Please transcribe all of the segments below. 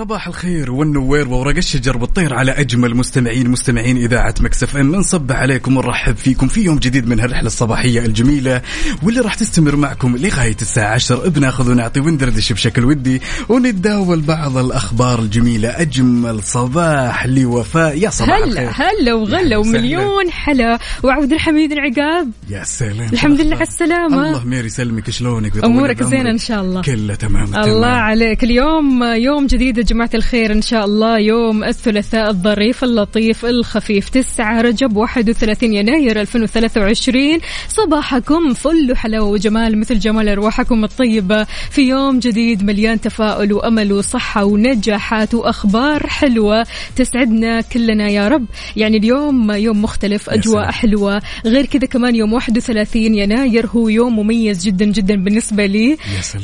صباح الخير والنوير وورق الشجر والطير على أجمل مستمعين إذاعة مكس اف ام. نصبح عليكم ونرحب فيكم في يوم جديد من هالرحلة الصباحية الجميلة واللي راح تستمر معكم لغاية الساعة 10. بناخذ ونعطي وندردش بشكل ودي ونتداول بعض الأخبار الجميلة. أجمل صباح لوفاء، يا صباح الخير. هلا وغلا ومليون حلا وعبد الحميد العقاب. يا سلام، الحمد لله على السلامة. الله ميري سلمك، شلونك؟ أمورك زينة إن شاء الله؟ كله تمام. الله عليك. اليوم يوم جديد يا جماعة الخير إن شاء الله، يوم الثلاثاء الظريف اللطيف الخفيف 9 رجب 31 يناير 2023. صباحكم فل وحلاوة وجمال مثل جمال أرواحكم الطيبة في يوم جديد مليان تفاؤل وأمل وصحة ونجاحات وأخبار حلوة تسعدنا كلنا يا رب. يعني اليوم يوم مختلف، أجواء حلوة. غير كذا كمان يوم 31 يناير هو يوم مميز جدا جدا بالنسبة لي.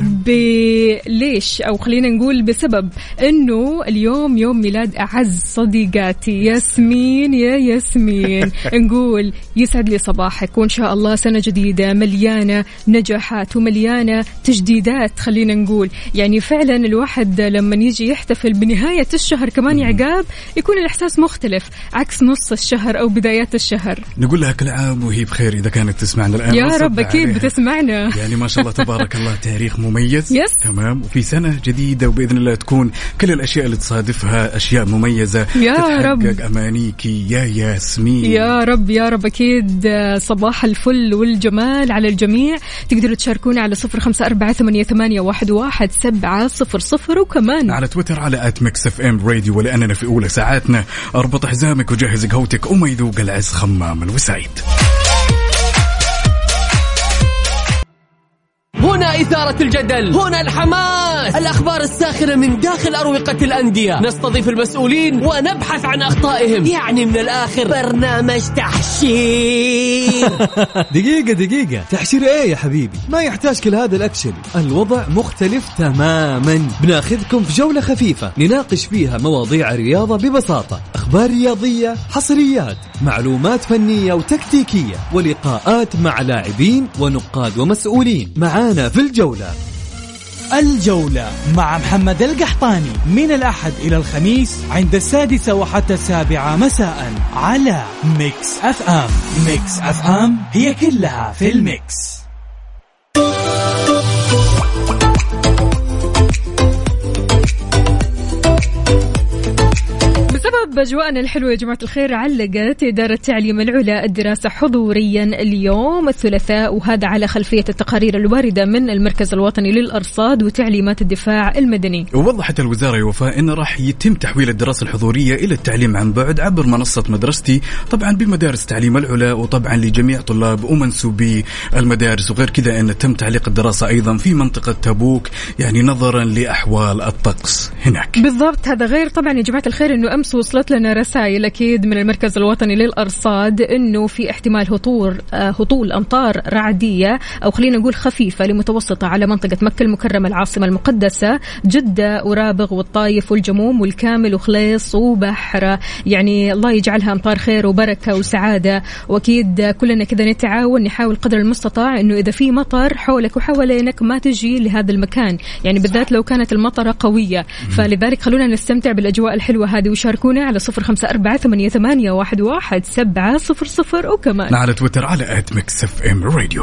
ليش؟ أو خلينا نقول بسبب أنه اليوم يوم ميلاد أعز صديقاتي ياسمين. يا ياسمين نقول يسعد لي صباحك، وإن شاء الله سنة جديدة مليانة نجاحات ومليانة تجديدات. خلينا نقول يعني فعلا الواحد لما يجي يحتفل بنهاية الشهر كمان يعقاب يكون الإحساس مختلف عكس نص الشهر أو بدايات الشهر. نقول لها كل عام وهي بخير إذا كانت تسمعنا الآن. يا رب أكيد بتسمعنا. يعني ما شاء الله تبارك الله، تاريخ مميز. تمام، وفي سنة جديدة وبإذن الله تكون كل الأشياء اللي تصادفها أشياء مميزة يا رب. أمانيكي يا ياسمين. يا رب يا رب. أكيد صباح الفل والجمال على الجميع. تقدروا تشاركونا على 0548811700 وكمان على تويتر على @mixfmradio. ولأننا في أولى ساعاتنا أربط حزامك وجهز قهوتك وما يذوق العز خماما وسعيد. هنا إثارة الجدل، هنا الحماس، الأخبار الساخنة من داخل أروقة الأندية. نستضيف المسؤولين ونبحث عن أخطائهم. يعني من الآخر برنامج تحشير. دقيقة، تحشير إيه يا حبيبي؟ ما يحتاج كل هذا الأكشن. الوضع مختلف تماما. بناخذكم في جولة خفيفة نناقش فيها مواضيع الرياضة ببساطة، أخبار رياضية، حصريات، معلومات فنية وتكتيكية، ولقاءات مع لاعبين ونقاد ومسؤولين. معانا في الجولة مع محمد القحطاني من الأحد إلى الخميس عند 6 وحتى 7 مساء على ميكس اف ام. ميكس اف ام هي كلها في الميكس. بسبب أجواءنا الحلوة يا جماعة الخير علقت إدارة تعليم العلا الدراسة حضوريا اليوم الثلاثاء، وهذا على خلفية التقارير الواردة من المركز الوطني للأرصاد وتعليمات الدفاع المدني. ووضحت الوزارة وفاء أنه راح يتم تحويل الدراسة الحضورية إلى التعليم عن بعد عبر منصة مدرستي، طبعا بمدارس تعليم العلا وطبعا لجميع طلاب ومنسوبي المدارس. وغير كذا أن تم تعليق الدراسة أيضا في منطقة تبوك، يعني نظرا لأحوال الطقس هناك. بالضبط، هذا غير طبعا يا جماعة الخير أنه أمس وصلت لنا رسائل أكيد من المركز الوطني للأرصاد أنه في احتمال هطول أمطار رعدية أو خلينا نقول خفيفة لمتوسطة على منطقة مكة المكرمة العاصمة المقدسة، جدة ورابغ والطايف والجموم والكامل وخليص وبحرة. يعني الله يجعلها أمطار خير وبركة وسعادة. وأكيد كلنا كذا نتعاون نحاول قدر المستطاع أنه إذا في مطر حولك وحوالينك ما تجي لهذا المكان، يعني بالذات لو كانت المطرة قوية. فلذلك خلونا نستمتع بالأجواء الحلوة هذه وشاركونا على 0548811700 وكمان على تويتر على @mixfmradio.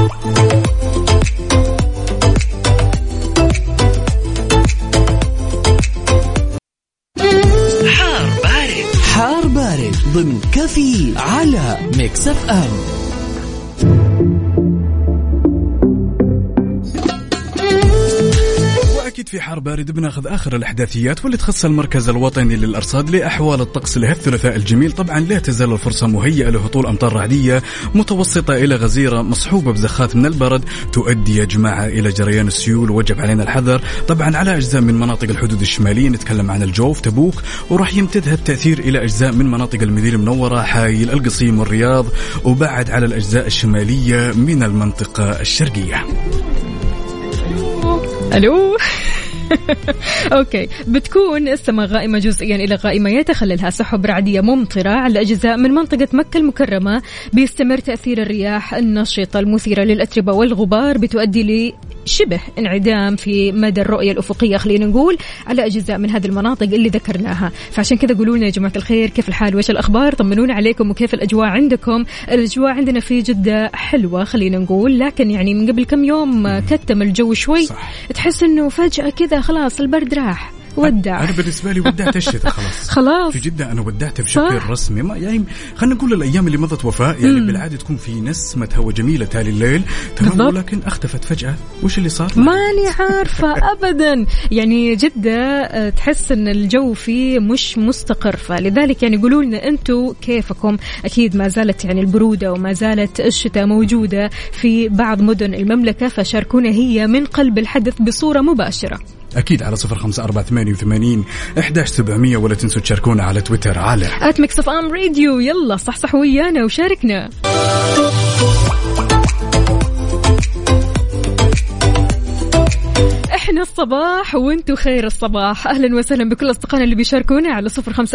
حار بارد ضمن كفي على ميكس اف ام. أكيد في حار بارد بناخذ آخر الأحداثيات واللي تخص المركز الوطني للأرصاد لأحوال الطقس لهالثلاثاء الجميل. طبعا لا تزال الفرصة مهيئة لهطول أمطار رعدية متوسطة إلى غزيرة مصحوبة بزخات من البرد تؤدي يا جماعة إلى جريان السيول، وجب علينا الحذر طبعا على أجزاء من مناطق الحدود الشمالية. نتكلم عن الجوف تبوك، وراح يمتد هالتأثير إلى أجزاء من مناطق المدينة المنورة حايل القصيم والرياض، وبعد على الأجزاء الشمالية من المنطقة الشرقية. ألو أوكي. بتكون السماء غائمة جزئيا إلى غائمة يتخللها سحب رعدية ممطرة على أجزاء من منطقة مكة المكرمة. بيستمر تأثير الرياح النشطة المثيرة للأتربة والغبار بتؤدي شبه انعدام في مدى الرؤية الأفقية خلينا نقول على أجزاء من هذه المناطق اللي ذكرناها. فعشان كذا قولوا لنا يا جماعة الخير كيف الحال وإيش الأخبار، طمنونا عليكم وكيف الأجواء عندكم. الأجواء عندنا في جدة حلوة خلينا نقول، لكن يعني من قبل كم يوم كتم الجو شوي صح. تحس إنه فجأة كذا خلاص البرد راح ودع. أنا بالنسبة لي ودعت الشتاء خلاص في جدة أنا ودعته بشكل رسمي. ما يعني خلينا نقول الأيام اللي مضت وفاء يعني بالعادة تكون في نسمة هواء جميلة تالي الليل تمام، ولكن اختفت فجأة. وش اللي صار؟ ماني عارفة أبدا. يعني جدة تحس إن الجو فيه مش مستقر، فلذلك يعني قولوا لنا أنتوا كيفكم. أكيد ما زالت يعني البرودة وما زالت الشتاء موجودة في بعض مدن المملكة، فشاركونا هي من قلب الحدث بصورة مباشرة أكيد على 0548811700 ولا تنسوا تشاركونا على تويتر على @mixfm radio. يلا صح ويانا وشاركنا. احنا الصباح وانتو خير الصباح. اهلا وسهلا بكل اصدقائنا اللي بيشاركونا على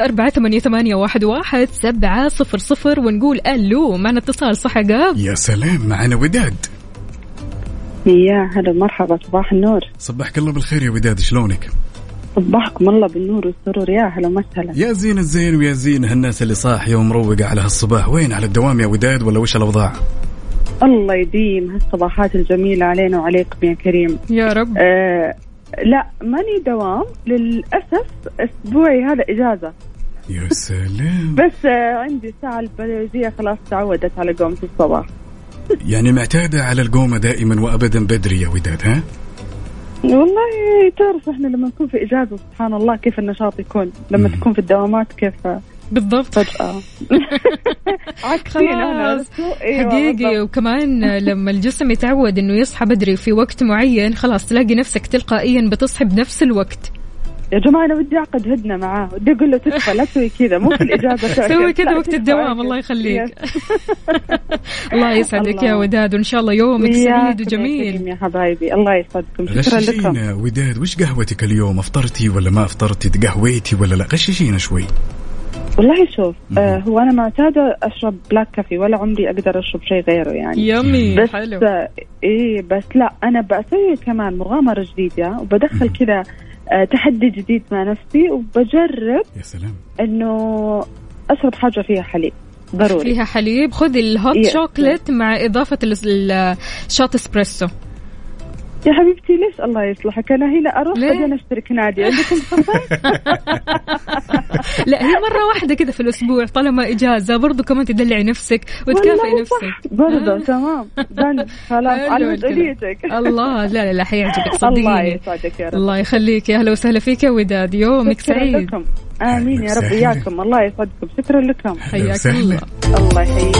0548811700 ونقول الو. معنا اتصال صح يا قاب؟ يا سلام معنا وداد. يا هلا مرحبا، صباح النور. صبحك الله بالخير يا وداد، شلونك؟ صبحكم الله بالنور والسرور. يا هلا وسهلا. يا زين الزين ويا زين هالناس اللي صاحيه ومروقه على هالصباح. وين على الدوام يا وداد ولا وش الاوضاع؟ الله يديم هالصباحات الجميلة علينا وعليكم يا كريم يا رب. لا ماني دوام للأسف، أسبوعي هذا إجازة. يا سلام. بس عندي الساعة البيولوجية خلاص تعودت على قومة الصباح. يعني معتادة على القومة دائما وأبدا بدري يا وداد ها؟ والله تعرف احنا لما نكون في إجازة سبحان الله كيف النشاط يكون، لما تكون في الدوامات كيف بالضبط فجأة خلاص حقيقي. وكمان لما الجسم يتعود انه يصحى بدري في وقت معين خلاص تلاقي نفسك تلقائيا بتصحى بنفس الوقت. يا جماعة أنا ودي أعقد هدنة معاه، ودي أقول له تكفى لا تسوي كذا، مو في الإجازة سوي كذا وقت الدوام. الله يخليك. الله يسعدك يا وداد، وإن شاء الله يومك سعيد وجميل يا حبايبي. الله يسعدكم. شكرا لكم. غششينا وداد، وش قهوتك اليوم؟ أفطرتي ولا ما أفطرتي؟ تقهويتي ولا لا؟ غششينا شوي. والله شوف هو أنا معتادة أشرب بلاك كافي، ولا عمري أقدر أشرب شيء غيره يعني. يمي بس حلو. بس لا أنا بسوي كمان مغامرة جديدة وبدخل كذا تحدي جديد مع نفسي، وبجرب يا سلام إنه أشرب حاجة فيها حليب ضروري. فيها حليب. خذ الهوت شوكليت مع إضافة الشوت اسبريسو. يا حبيبتي ليش الله يصلحك أنا هنا أروح بعدين أشترك نادي عندكم خطة. لا هي مرة واحدة كذا في الأسبوع طالما إجازة، برضو كمان تدلعي نفسك وتكافئي نفسك برضو. تمام خلاص على مسؤوليتك. الله لا لا حيعجبك صدقيني. الله يسعدك يا رب. الله يخليك. يا هلا وسهلا فيك يا وداد، يومك سعيد. لكم. آمين يا رب إياكم. الله يسعدكم. شكرا لكم. حياك الله. الله يحييك.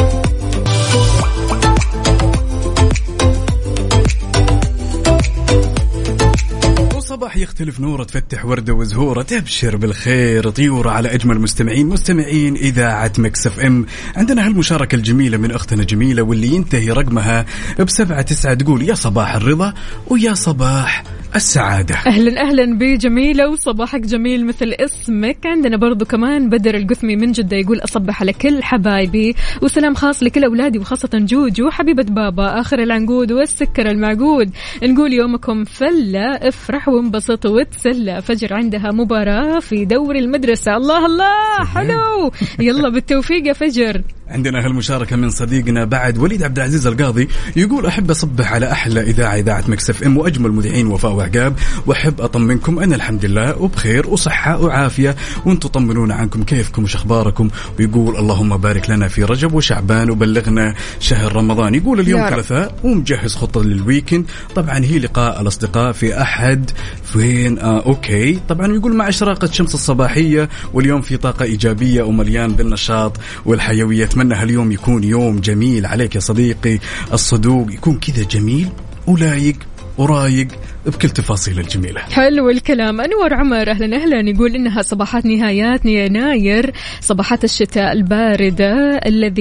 صباح يختلف نوره، تفتح وردة وزهورة، تبشر بالخير طيورة على أجمل مستمعين إذاعة ميكس اف ام. عندنا هالمشاركة الجميلة من أختنا جميلة واللي ينتهي رقمها ب79 تقول يا صباح الرضا ويا صباح السعادة. أهلا بجميلة وصباحك جميل مثل اسمك. عندنا برضو كمان بدر القثمي من جدة يقول أصبح على كل حبايبي وسلام خاص لكل أولادي وخاصة جوجو حبيبة بابا آخر العنقود والسكر المعقود. نقول يومكم فلة، افرح وانبسط وتسلى. فجر عندها مباراة في دوري المدرسة. الله حلو. يلا بالتوفيق يا فجر. عندنا هالمشاركة من صديقنا بعد وليد عبد العزيز القاضي يقول أحب أصبح على أحلى إذاعة ميكس اف ام وأجمل مذيعين وفاء وعقاب، وأحب أطمنكم أنا الحمد لله وبخير وصحة وعافية، وأنتم طمنونا عنكم كيفكم وش أخباركم. ويقول اللهم بارك لنا في رجب وشعبان وبلغنا شهر رمضان. يقول اليوم ثلاثاء ومجهز خطة للويكند، طبعا هي لقاء الأصدقاء في أحد فين أوكي طبعا. يقول مع إشراقة شمس الصباحية واليوم في طاقة إيجابية ومليان بالنشاط والحيوية. أتمنى هاليوم يكون يوم جميل عليك يا صديقي الصدوق، يكون كذا جميل ولايق ورايق بكل تفاصيل الجميلة. حلو الكلام. أنور عمر أهلا أهلا، يقول إنها صباحات نهايات يناير، صباحات الشتاء الباردة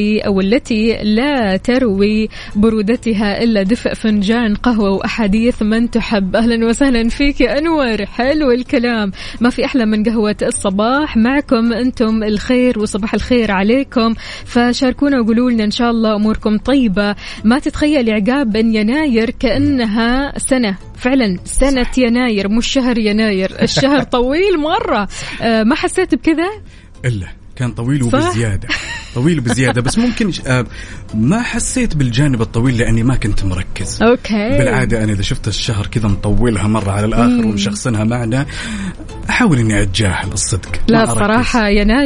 التي لا تروي برودتها إلا دفء فنجان قهوة وأحاديث من تحب. أهلا وسهلا فيك يا أنور. حلو الكلام. ما في أحلى من قهوة الصباح معكم أنتم الخير وصباح الخير عليكم. فشاركونا وقولوا لنا إن شاء الله أموركم طيبة. ما تتخيل عقاب أن يناير كأنها سنة، فعلا سنة يناير مش شهر يناير. الشهر طويل مرة. ما حسيت بكذا؟ إلا كان طويل وبزيادة، طويل بزيادة، بس ممكن ما حسيت بالجانب الطويل لأني ما كنت مركز. أوكي. بالعادة أنا إذا شفت الشهر كذا مطولها مرة على الآخر ومشخصنها معنا أحاول إني أتجاهل الصدق. لا صراحة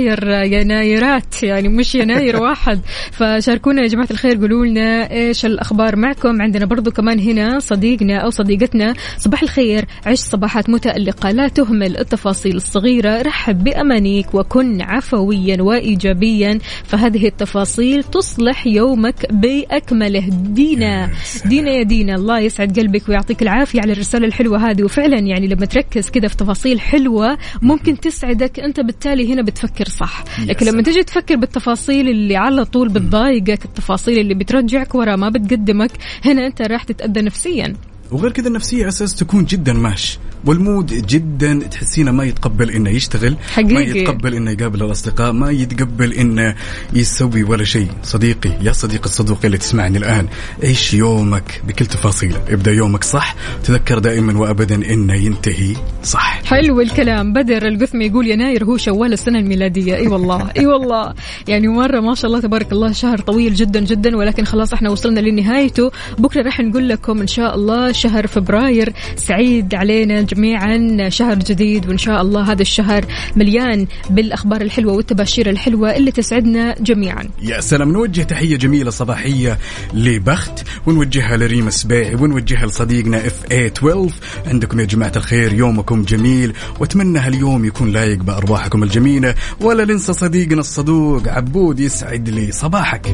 ينايرات يعني مش يناير واحد. فشاركونا يا جماعة الخير، قولوا لنا إيش الأخبار معكم. عندنا برضو كمان هنا صديقنا أو صديقتنا، صباح الخير، عيش صباحات متألقة، لا تهمل التفاصيل الصغيرة، رحب بأمانيك وكن عفويا وإيجابيا، فهذه التفاصيل تصلح يومك بأكمله. دينا يا دينا، الله يسعد قلبك ويعطيك العافية على الرسالة الحلوة هذه. وفعلا يعني لما تركز كده في تفاصيل حلوة ممكن تسعدك أنت، بالتالي هنا بتفكر صح. لكن لما تجي تفكر بالتفاصيل اللي على طول بتضايقك، التفاصيل اللي بترجعك ورا ما بتقدمك، هنا أنت راح تتأذى نفسيا. وغير كذا النفسية أساس تكون جدا ماشي، والمود جدا تحسينه ما يتقبل إنه يشتغل حقيقي. ما يتقبل إنه يقابل الأصدقاء، ما يتقبل إنه يسوي ولا شيء. صديقي يا صديق الصدوق اللي تسمعني الآن، عيش يومك بكل تفاصيله، ابدأ يومك صح، تذكر دائما وأبدا إنه ينتهي صح. حلو الكلام. بدر القثمي يقول يناير هو شوال السنة الميلادية. اي والله اي والله، يعني مرة ما شاء الله تبارك الله، شهر طويل جدا جدا، ولكن خلاص احنا وصلنا لنهايته. بكرة راح نقول لكم إن شاء الله شهر فبراير سعيد علينا جميعا، شهر جديد، وإن شاء الله هذا الشهر مليان بالأخبار الحلوة والتباشير الحلوة اللي تسعدنا جميعا. يا سلام. نوجه تحية جميلة صباحية لبخت، ونوجهها لريم السباعي، ونوجهها لصديقنا FA12. عندكم يا جماعة الخير يومكم جميل، واتمنى هاليوم يكون لايق بأرواحكم الجميلة. ولا ننسى صديقنا الصدوق عبود، يسعد لي صباحك.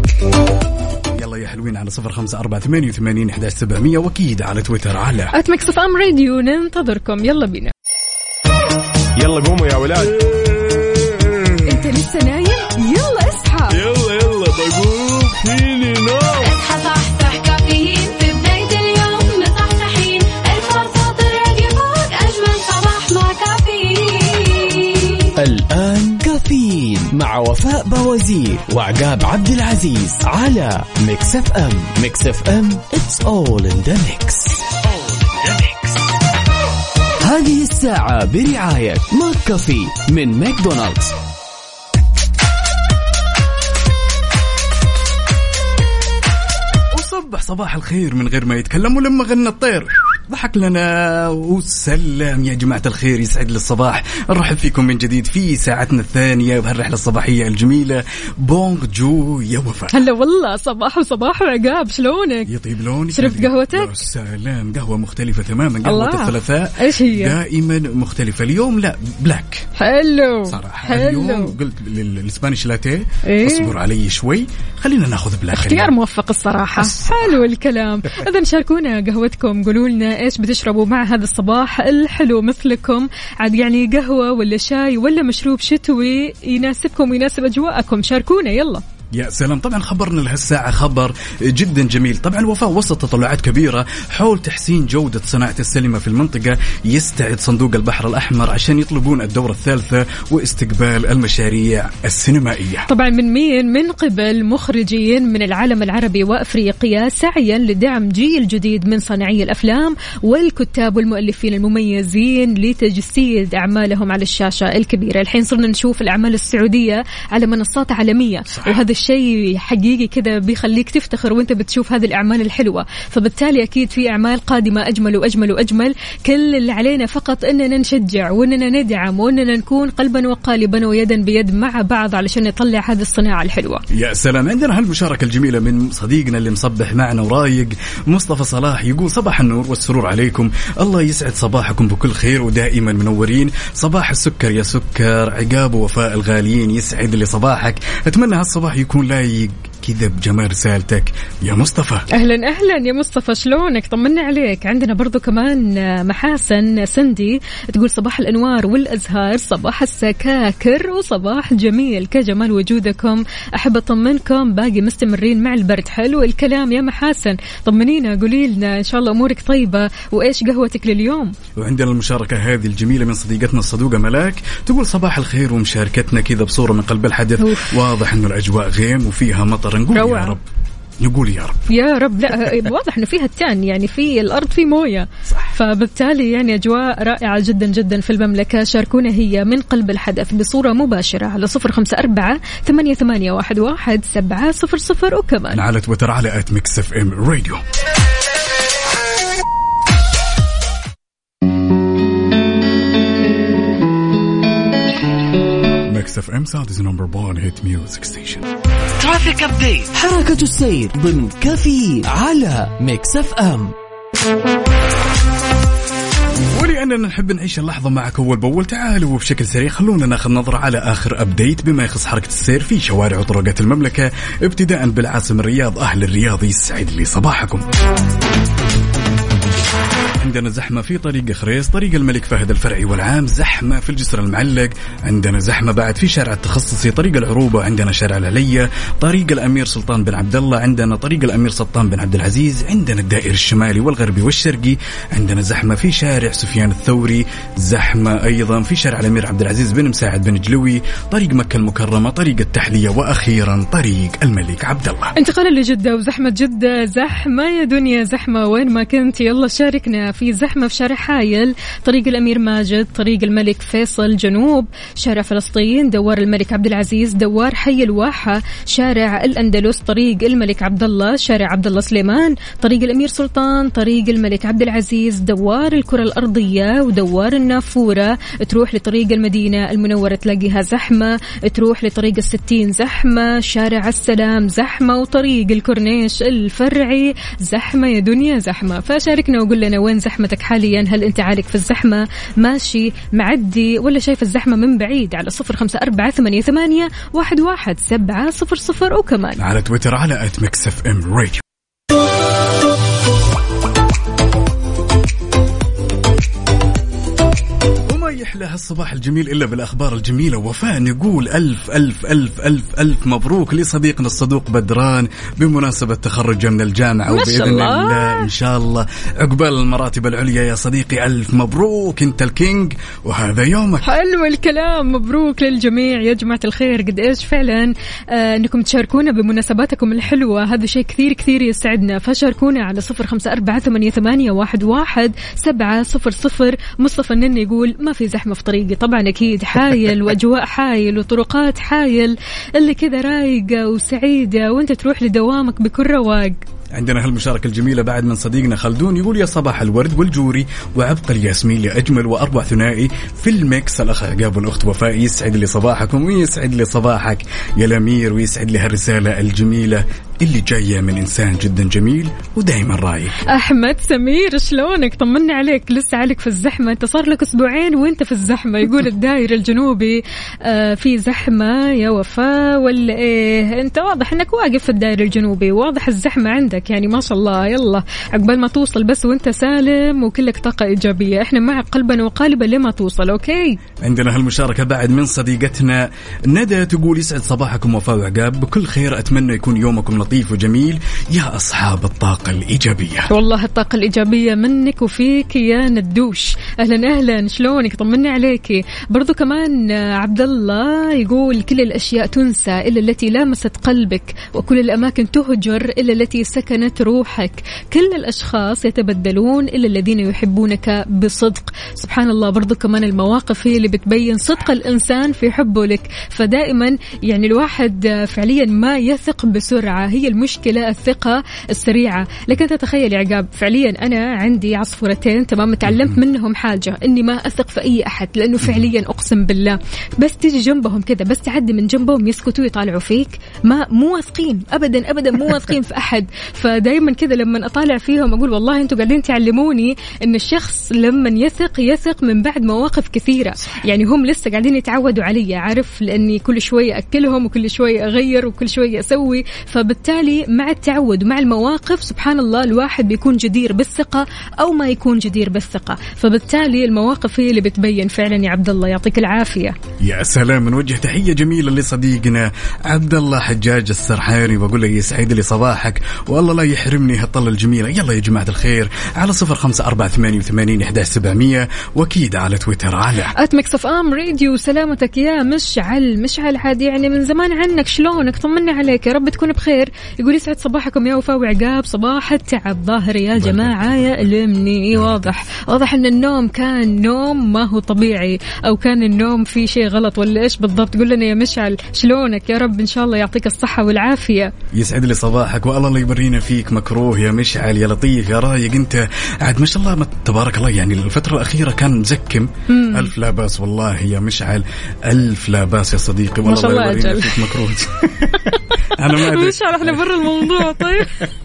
يلا يا حلوين على 0548811700، وأكيد على تويتر على @mixfmradio. ننتظركم. يلا بينا، يلا قوموا يا ولاد. انت لسه نايم؟ يلا اصحى. يلا بقوم فيني نوم. اصحى صحصح، كافيين في بداية اليوم، مصحصحين، الفرصة تراقي فوق أجمل صباح مع كافيين. الآن كافيين مع وفاء بوازير وعقاب عبد العزيز على ميكس اف ام. ميكس اف ام it's all in the mix. هذه الساعة برعاية ماك كافي من ماكدونالدز. وصبح صباح الخير من غير ما يتكلم، ولما غنى الطير ضحك لنا وسلم. يا جماعة الخير يسعد للصباح، نرحب فيكم من جديد في ساعتنا الثانية بهالرحلة الصباحية الجميلة. بونجو يا وفاء. هلا والله، صباح وصباح عقاب، شلونك؟ يطيب لونك. شربت قهوتك؟ سلام، قهوة مختلفة تماما، قهوة الثلاثاء. ايش هي؟ دائما مختلفة. اليوم لا بلاك. حلو صراحة. حلو. اليوم قلت للإسبانيش لاتيه اصبر علي شوي، خلينا ناخذ بلاك. اختيار موفق الصراحة. حلو الكلام. إذا شاركونا قهوتكم، قولوا لنا ايش بتشربوا مع هذا الصباح الحلو مثلكم، عاد يعني قهوة ولا شاي ولا مشروب شتوي يناسبكم ويناسب أجواءكم. شاركونا يلا. يا سلام. طبعا خبرنا لهالساعة خبر جدا جميل. طبعا وفاء وسط تطلعات كبيرة حول تحسين جودة صناعة السينما في المنطقة، يستعد صندوق البحر الأحمر عشان يطلبون الدورة الثالثة واستقبال المشاريع السينمائية. طبعا من مين؟ من قبل مخرجين من العالم العربي وأفريقيا، سعيا لدعم جيل جديد من صانعي الأفلام والكتاب والمؤلفين المميزين لتجسيد أعمالهم على الشاشة الكبيرة. الحين صرنا نشوف الأعمال السعودية على منصات عالمية، وهذا الشيء حقيقي كذا بيخليك تفتخر وانت بتشوف هذه الأعمال الحلوة. فبالتالي أكيد في أعمال قادمة أجمل وأجمل وأجمل. كل اللي علينا فقط أننا نشجع وأننا ندعم وأننا نكون قلبا وقالبا ويدا بيد مع بعض علشان نطلع هذه الصناعة الحلوة. يا سلام. عندنا هالمشاركة الجميلة من صديقنا اللي مصبح معنا ورايق، مصطفى صلاح، يقول صباح النور والسرور عليكم، الله يسعد صباحكم بكل خير ودائما منورين. صباح السكر يا سكر، عقاب ووفاء الغاليين، يسعد لي صباحك. أتمنى هالصباح يكون لايق كذا بجمال رسالتك يا مصطفى. أهلا يا مصطفى، شلونك؟ طمنا عليك. عندنا برضو كمان محاسن سندي تقول صباح الأنوار والأزهار، صباح السكاكر وصباح جميل، كجمال وجودكم. أحب أطمنكم باقي مستمرين مع البرد. حلو الكلام يا محاسن، طمنينا قولي لنا إن شاء الله أمورك طيبة وإيش قهوتك لليوم. وعندنا المشاركة هذه الجميلة من صديقتنا الصدوقة ملاك تقول صباح الخير، ومشاركتنا كذا بصورة من قلب الحدث. واضح إنه الأجواء غيم وفيها مطر، نقول يا رب، نقول يا رب يا رب. لا واضح انه فيها التان، يعني في الارض في مويه، فبالتالي يعني اجواء رائعه جدا جدا في المملكه. شاركونا هي من قلب الحدث بصوره مباشره على 0548811700 وكمان على تويتر على @mixfmradio. Mix FM Sound is number 1 hit music station. ترافيك أبديت، حركة السير ضمن كافيين على ميكس اف ام. ولأننا نحب نعيش اللحظة معك أول بأول، تعالوا وبشكل سريع خلونا ناخذ نظرة على آخر أبديت بما يخص حركة السير في شوارع وطرقات المملكة، ابتداء بالعاصمة الرياض. أهل الرياض يسعد لي صباحكم. عندنا زحمة في طريق خريص، طريق الملك فهد الفرعي والعام، زحمة في الجسر المعلق، عندنا زحمة بعد في شارع التخصصي، طريق العروبة، عندنا شارع العلية، طريق الأمير سلطان بن عبد الله، عندنا طريق الأمير سلطان بن عبد العزيز، عندنا الدائري الشمالي والغربي والشرقي، عندنا زحمة في شارع سفيان الثوري، زحمة أيضا في شارع الأمير عبد العزيز بن مساعد بن جلوي، طريق مكة المكرمة، طريق التحلية، وأخيرا طريق الملك عبد الله. انتقال لجدة وزحمة جدة، زحمة يا دنيا زحمة وين ما كنت. يلا شاركنا. في زحمة في شارع حايل، طريق الأمير ماجد، طريق الملك فيصل جنوب، شارع فلسطين، دوار الملك عبد العزيز، دوار حي الواحة، شارع الأندلس، طريق الملك عبد الله، شارع عبد الله سليمان، طريق الأمير سلطان، طريق الملك عبد العزيز، دوار الكرة الأرضية ودوار النافورة. تروح لطريق المدينة المنورة تلاقيها زحمة، تروح لطريق الستين زحمة، شارع السلام زحمة، وطريق الكورنيش الفرعي زحمة يا دنيا زحمة. فشاركنا وقول لنا وين زحمتك حاليا، هل انت عالق في الزحمة، ماشي معدي، ولا شايف الزحمة من بعيد؟ على 0548811700 وكمان على تويتر على @mixfmradio. يحلى هالصباح الجميل إلا بالأخبار الجميلة. وفاء نقول ألف ألف ألف ألف ألف مبروك لصديقنا الصدوق بدران بمناسبة تخرجه من الجامعة، وبإذن الله إن شاء الله عقبال المراتب العليا يا صديقي. ألف مبروك، أنت الكينج وهذا يومك. حلو الكلام، مبروك للجميع يا جماعة الخير. قد إيش فعلا أنكم تشاركونا بمناسباتكم الحلوة، هذا شيء كثير كثير يسعدنا. فشاركونا على 0548811700. مصطفى النني يقول ما في زحمة في طريقي، طبعا أكيد حايل وأجواء حايل وطرقات حايل اللي كذا رايقة وسعيدة وانت تروح لدوامك بكل رواق. عندنا هالمشاركة الجميلة بعد من صديقنا خلدون يقول يا صباح الورد والجوري وعبق الياسمين لأجمل وأروع ثنائي في الميكس، الأخ عقاب والأخت وفاء. يسعد لي صباحكم ويسعد لي صباحك يا الأمير، ويسعد لي هالرسالة الجميلة اللي جاية من إنسان جدا جميل ودائما رايق. أحمد سمير شلونك؟ طمني عليك، لسه عليك في الزحمة؟ انت صار لك أسبوعين وانت في الزحمة. يقول الدائري الجنوبي في زحمة يا وفاء ولا إيه؟ انت واضح انك واقف في الدائري الجنوبي، واضح الزحمة عندك يعني ما شاء الله. يلا عقبال ما توصل بس وانت سالم وكلك طاقة إيجابية، احنا معك قلبا وقالبا لما توصل. اوكي. عندنا هالمشاركة بعد من صديقتنا ندى تقول يسعد صباحكم وفاء وعقاب بكل خير، أتمنى يكون يومكم لطيف وجميل يا أصحاب الطاقة الإيجابية. والله الطاقة الإيجابية منك وفيك يا ندوش. أهلا أهلا شلونك؟ طمني عليكي. برضو كمان عبد الله يقول كل الأشياء تنسى إلا التي لامست قلبك، وكل الأماكن تهجر إلا التي سكنت روحك، كل الأشخاص يتبدلون إلا الذين يحبونك بصدق. سبحان الله، برضو كمان المواقف هي اللي بتبين صدق الإنسان في حبه لك. فدائما يعني الواحد فعليا ما يثق بسرعة، هي هي المشكلة الثقة السريعة. لكن تتخيل يا عقاب فعليا أنا عندي عصفورتين تمام تعلمت منهم حاجة إني ما أثق في أي أحد، لأنه فعليا أقسم بالله بس تيجي جنبهم كذا بس تعدي من جنبهم يسكتوا يطالعوا فيك، ما مو واثقين أبدا أبدا مو واثقين في أحد. فدايما كذا لما أطالع فيهم أقول والله أنتوا قاعدين تعلموني إن الشخص لما يثق من بعد مواقف كثيرة. يعني هم لسه قاعدين يتعودوا علي، عارف، لأني كل شوية أكلهم وكل شوية أغير وكل شوية أسوي، فبالتالي مع التعود ومع المواقف سبحان الله الواحد بيكون جدير بالثقة أو ما يكون جدير بالثقة. فبالتالي المواقف هي اللي بتبين فعلا. يا عبد الله يعطيك العافية. يا سلام، نوجه تحية جميلة لصديقنا عبد الله حجاج السرحاني، وأقول له يسعد لي صباحك والله لا يحرمني هالطلة الجميلة. يلا يا جماعة الخير على 0548811700 وأكيد على تويتر على @mixfm راديو. سلامتك يا مشعل عاد يعني من زمان عنك، شلونك؟ طمني عليك، يا رب تكون بخير. يقول يسعد صباحكم يا وفاء وعقاب، صباح التعب ظاهر يا جماعة يا ألمني. واضح أن النوم كان نوم ما هو طبيعي، أو كان النوم في شيء غلط ولا إيش بالضبط؟ قول لنا يا مشعل شلونك؟ يا رب إن شاء الله يعطيك الصحة والعافية. يسعد لي صباحك والله لا يبرينا فيك مكروه يا مشعل، يا لطيف يا رايق انت عاد ما شاء الله تبارك الله. يعني الفترة الأخيرة كان مزكم. ألف لا باس والله يا مشعل، ألف لا باس يا صديقي والله لا يبرينا فيك مكروه. أنا ما أدري مشعل احنا برا الموضوع. طيب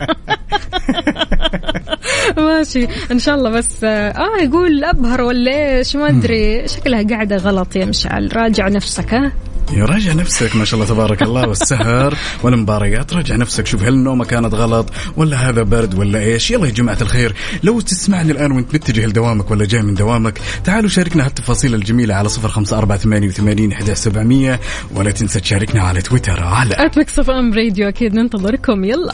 ماشي إن شاء الله. بس يقول أبهر ولا إيش ما أدري، شكلها قاعدة غلط يا مشعل، راجع نفسك. يا راجع نفسك ما شاء الله تبارك الله، والسهر والمباريات راجع نفسك، شوف هل النومة كانت غلط ولا هذا برد ولا إيش. يلا يا جماعة الخير لو تسمعني الآن وانت متجه لدوامك ولا جاي من دوامك تعالوا شاركنا هالتفاصيل الجميلة على 0548811700 ولا تنسى تشاركنا على تويتر على @mixfm راديو. أكيد ننتظركم. يلا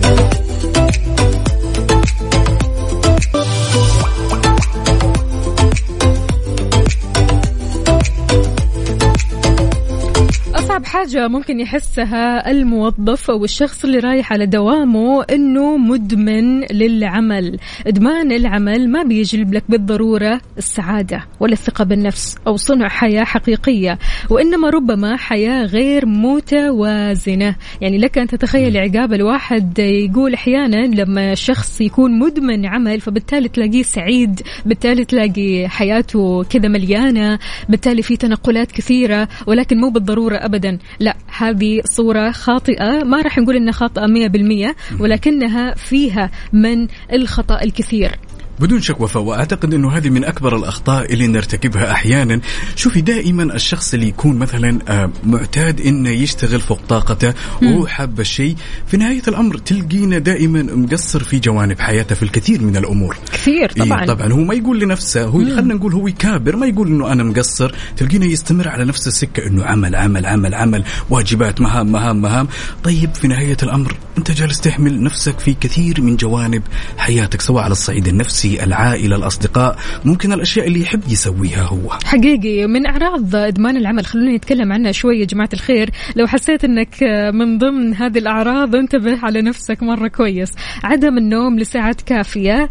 أصعب حاجة ممكن يحسها الموظف أو الشخص اللي رايح على دوامه إنه مدمن للعمل. إدمان العمل ما بيجلب لك بالضرورة السعادة ولا الثقة بالنفس أو صنع حياة حقيقية، وإنما ربما حياة غير متوازنة. يعني لك أن تتخيل عقاب الواحد يقول أحيانا لما شخص يكون مدمن عمل فبالتالي تلاقيه سعيد، بالتالي تلاقي حياته كذا مليانة، بالتالي في تنقلات كثيرة، ولكن مو بالضرورة أبدا. لا، هذه صورة خاطئة، ما راح نقول إنها خاطئة 100%، ولكنها فيها من الخطأ الكثير بدون شك وفاء. وأعتقد أنه هذه من أكبر الأخطاء اللي نرتكبها أحيانا. شوفي دائما الشخص اللي يكون مثلا معتاد إنه يشتغل فوق طاقته وهو حاب الشيء، في نهاية الأمر تلقينا دائما مقصر في جوانب حياته في الكثير من الأمور. كثير طبعا. طبعا هو ما يقول لنفسه، هو خلنا نقول هو يكابر، ما يقول إنه أنا مقصر. تلقينا يستمر على نفس السكة إنه عمل عمل عمل عمل، واجبات، مهام مهام مهام. طيب في نهاية الأمر أنت جالس تحمل نفسك في كثير من جوانب حياتك، سواء على الصعيد النفسي، العائلة، الأصدقاء، ممكن الأشياء اللي يحب يسويها هو. حقيقي من أعراض إدمان العمل خلونا نتكلم عنها شوية يا جماعة الخير. لو حسيت أنك من ضمن هذه الأعراض انتبه على نفسك مرة كويس. عدم النوم لساعات كافية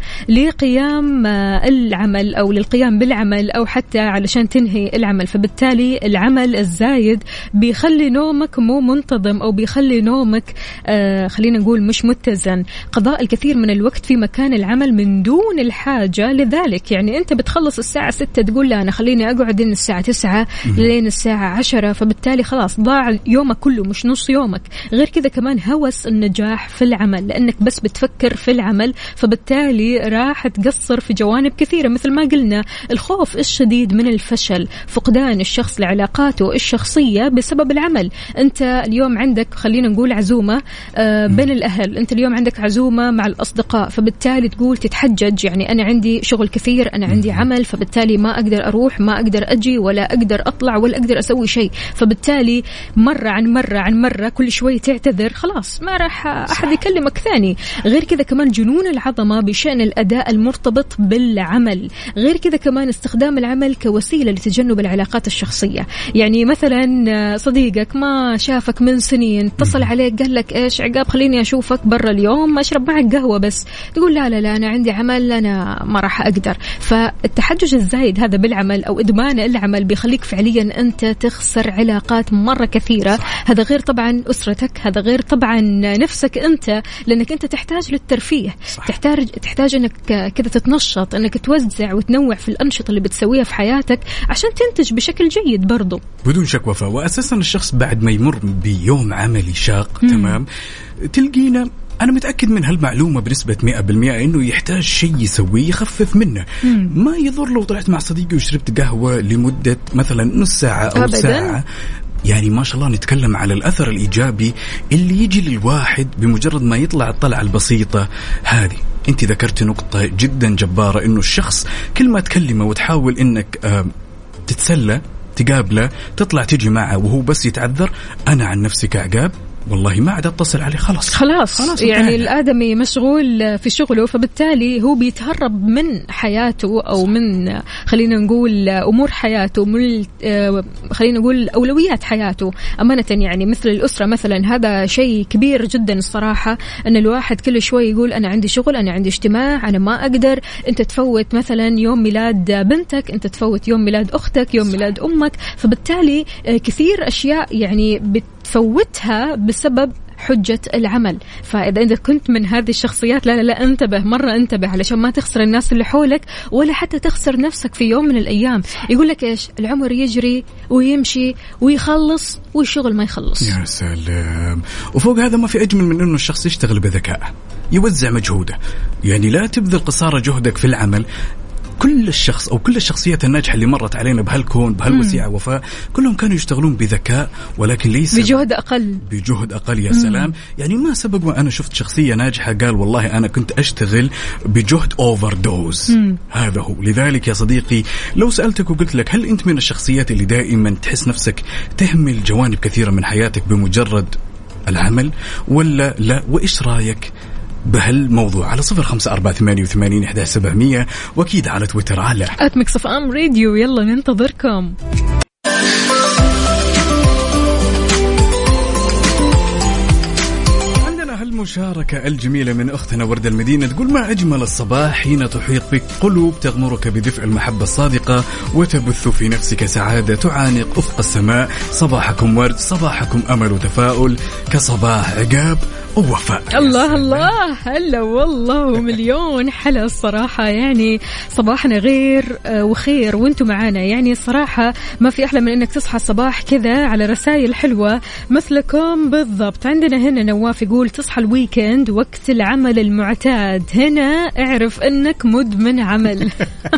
لقيام العمل أو للقيام بالعمل أو حتى علشان تنهي العمل، فبالتالي العمل الزايد بيخلي نومك مو منتظم أو بيخلي نومك خلينا نقول مش متزن. قضاء الكثير من الوقت في مكان العمل من دون الحاجة لذلك. يعني أنت بتخلص الساعة 6 تقول لا أنا خليني أقعد من الساعة 9 لين الساعة 10، فبالتالي خلاص ضاع يومك كله مش نص يومك. غير كذا كمان هوس النجاح في العمل، لأنك بس بتفكر في العمل، فبالتالي راح تقصر في جوانب كثيرة مثل ما قلنا. الخوف الشديد من الفشل، فقدان الشخص لعلاقاته الشخصية بسبب العمل. أنت اليوم عندك خلينا نقول عزومة بين الأهل، أنت اليوم عندك عزومة مع الأصدقاء، فبالتالي تقول تتحجج يعني أنا عندي شغل كثير، أنا عندي عمل، فبالتالي ما أقدر أروح، ما أقدر أجي، ولا أقدر أطلع، ولا أقدر أسوي شيء. فبالتالي مرة عن مرة كل شوي تعتذر، خلاص ما راح أحد يكلمك ثاني. غير كذا كمان جنون العظمة بشأن الأداء المرتبط بالعمل. غير كذا كمان استخدام العمل كوسيلة لتجنب العلاقات الشخصية. يعني مثلا صديقك ما شافك من سنين، اتصل عليك قال لك إيش عقاب خليني أشوفك برا اليوم أشرب معك قهوة، بس تقول لا أنا عندي عمل، أنا أنا ما راح أقدر. فالتحجج الزايد هذا بالعمل أو إدمان العمل بيخليك فعليا أنت تخسر علاقات مرة كثيرة. هذا غير طبعا أسرتك، هذا غير طبعا نفسك أنت، لأنك أنت تحتاج للترفيه. تحتاج أنك كذا تتنشط، أنك توزع وتنوع في الأنشطة اللي بتسويها في حياتك عشان تنتج بشكل جيد برضو بدون شك وفاء. وأساسا الشخص بعد ما يمر بيوم عملي شاق تمام، تلقينا أنا متأكد من هالمعلومة بنسبة 100% إنه يحتاج شيء يسويه يخفف منه. ما يضر لو طلعت مع صديقي وشربت قهوة لمدة مثلا نص ساعة أو أبداً. ساعة. يعني ما شاء الله نتكلم على الأثر الإيجابي اللي يجي للواحد بمجرد ما يطلع الطلعة البسيطة هذه. أنت ذكرت نقطة جدا جبارة، إنه الشخص كل ما تكلمه وتحاول إنك تتسلى تقابله تطلع تجي معه وهو بس يتعذر، أنا عن نفسي كعقاب والله ما عاد اتصل عليه. خلاص يعني الآدمي مشغول في شغله، فبالتالي هو بيتهرب من حياته أو من خلينا نقول أمور حياته، من خلينا نقول أولويات حياته أمانة. يعني مثل الأسرة مثلا، هذا شيء كبير جدا الصراحة، أن الواحد كل شوي يقول أنا عندي شغل، أنا عندي اجتماع، أنا ما أقدر. أنت تفوت مثلا يوم ميلاد بنتك، أنت تفوت يوم ميلاد أختك، يوم ميلاد أمك، فبالتالي كثير أشياء يعني بتفوتها بسبب حجة العمل. فإذا أنت كنت من هذه الشخصيات لا انتبه، مرة انتبه علشان ما تخسر الناس اللي حولك ولا حتى تخسر نفسك في يوم من الأيام. يقول لك إيش، العمر يجري ويمشي ويخلص والشغل ما يخلص. يا سلام. وفوق هذا ما في أجمل من أنه الشخص يشتغل بذكاء، يوزع مجهوده. يعني لا تبذل قصارى جهدك في العمل. كل الشخص أو كل الشخصيات الناجحة اللي مرت علينا بهالكون بهالوسيعة وفاء كلهم كانوا يشتغلون بذكاء، ولكن ليس بجهد أقل. يا سلام. يعني ما سبق وأنا شفت شخصية ناجحة قال والله أنا كنت أشتغل بجهد أوفر دوز. هذا هو. لذلك يا صديقي لو سألتك وقلت لك هل أنت من الشخصيات اللي دائما تحس نفسك تهمل جوانب كثيرة من حياتك بمجرد العمل ولا لا؟ وإيش رأيك بهالموضوع على 0548811700 وأكيد على تويتر على @mixfmradio. يلا ننتظركم. المشاركة الجميلة من أختنا وردة المدينة تقول ما أجمل الصباح حين تحيط بك قلوب تغمرك بدفء المحبة الصادقة وتبث في نفسك سعادة تعانق أفق السماء. صباحكم ورد، صباحكم أمل وتفاؤل كصباح عقاب ووفاء. الله هلا والله مليون حلا الصراحة. يعني صباحنا غير وخير وانتم معانا. يعني الصراحة ما في أحلى من أنك تصحى الصباح كذا على رسائل حلوة مثلكم بالضبط. عندنا هنا نواف يقول تصحى الويكند وقت العمل المعتاد، هنا اعرف أنك مدمن عمل.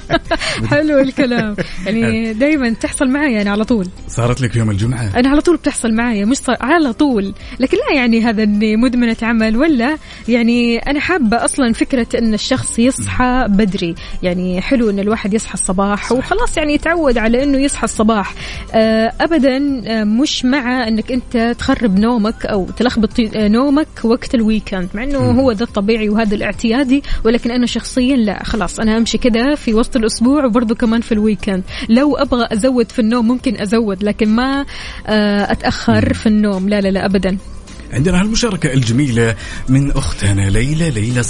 حلو الكلام. يعني دايما تحصل معي يعني على طول. صارت لك يوم الجمعة؟ أنا على طول بتحصل معي، مش على طول، لكن لا يعني هذا أني مدمنة عمل ولا. يعني أنا حابة أصلا فكرة أن الشخص يصحى بدري. يعني حلو أن الواحد يصحى الصباح وخلاص يعني يتعود على أنه يصحى الصباح. أبدا مش مع أنك أنت تخرب نومك أو تلخبط نومك وقت الويكند، مع أنه هو ذا الطبيعي وهذا الاعتيادي، ولكن أنا شخصيا لا، خلاص أنا أمشي كده في وسط الأسبوع وبرضو كمان في الويكند. لو أبغى أزود في النوم ممكن أزود، لكن ما أتأخر في النوم، لا أبدا. عندنا هالمشاركة الجميلة من أختنا ليلى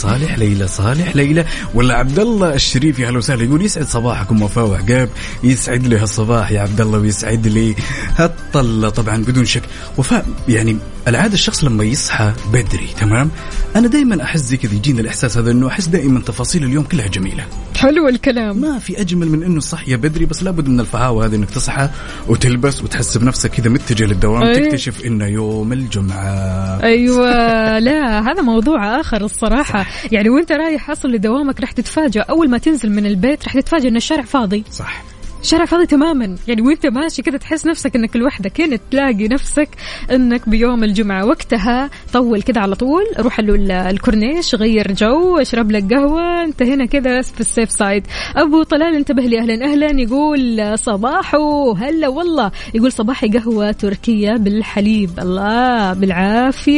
صالح ولا عبد الله الشريفي. هلا وسهلا. يقول يسعد صباحكم وفاء وعقاب. يسعد لي هالصباح يا عبد الله ويسعد لي هالطلة طبعا بدون شك. وفاء يعني العادة الشخص لما يصحى بدري تمام، أنا دائما أحس زي كذا، يجينا الإحساس هذا إنه أحس دائما تفاصيل اليوم كلها جميلة. حلو الكلام. ما في أجمل من إنه صحية بدري، بس لابد من الفهاوة هذه إنك تصحى وتلبس وتحس بنفسك كذا متجه للدوام. تكتشف إنه يوم الجمعة. أيوة. لا هذا موضوع آخر الصراحة. يعني وانت رايح أصل لدوامك رح تتفاجأ أول ما تنزل من البيت، رح تتفاجأ إن الشارع فاضي. صح، شارع فاضي تماما. يعني وانت ماشي كده تحس نفسك انك لوحدك، هنا تلاقي نفسك انك بيوم الجمعة. وقتها طول كده على طول، روح الكورنيش، غير جو، اشرب لك قهوة، انت هنا كده في السيف سايد. ابو طلال انتبه لي، اهلا يقول صباحو هلا والله. يقول صباحي قهوة تركية بالحليب، الله بالعافية.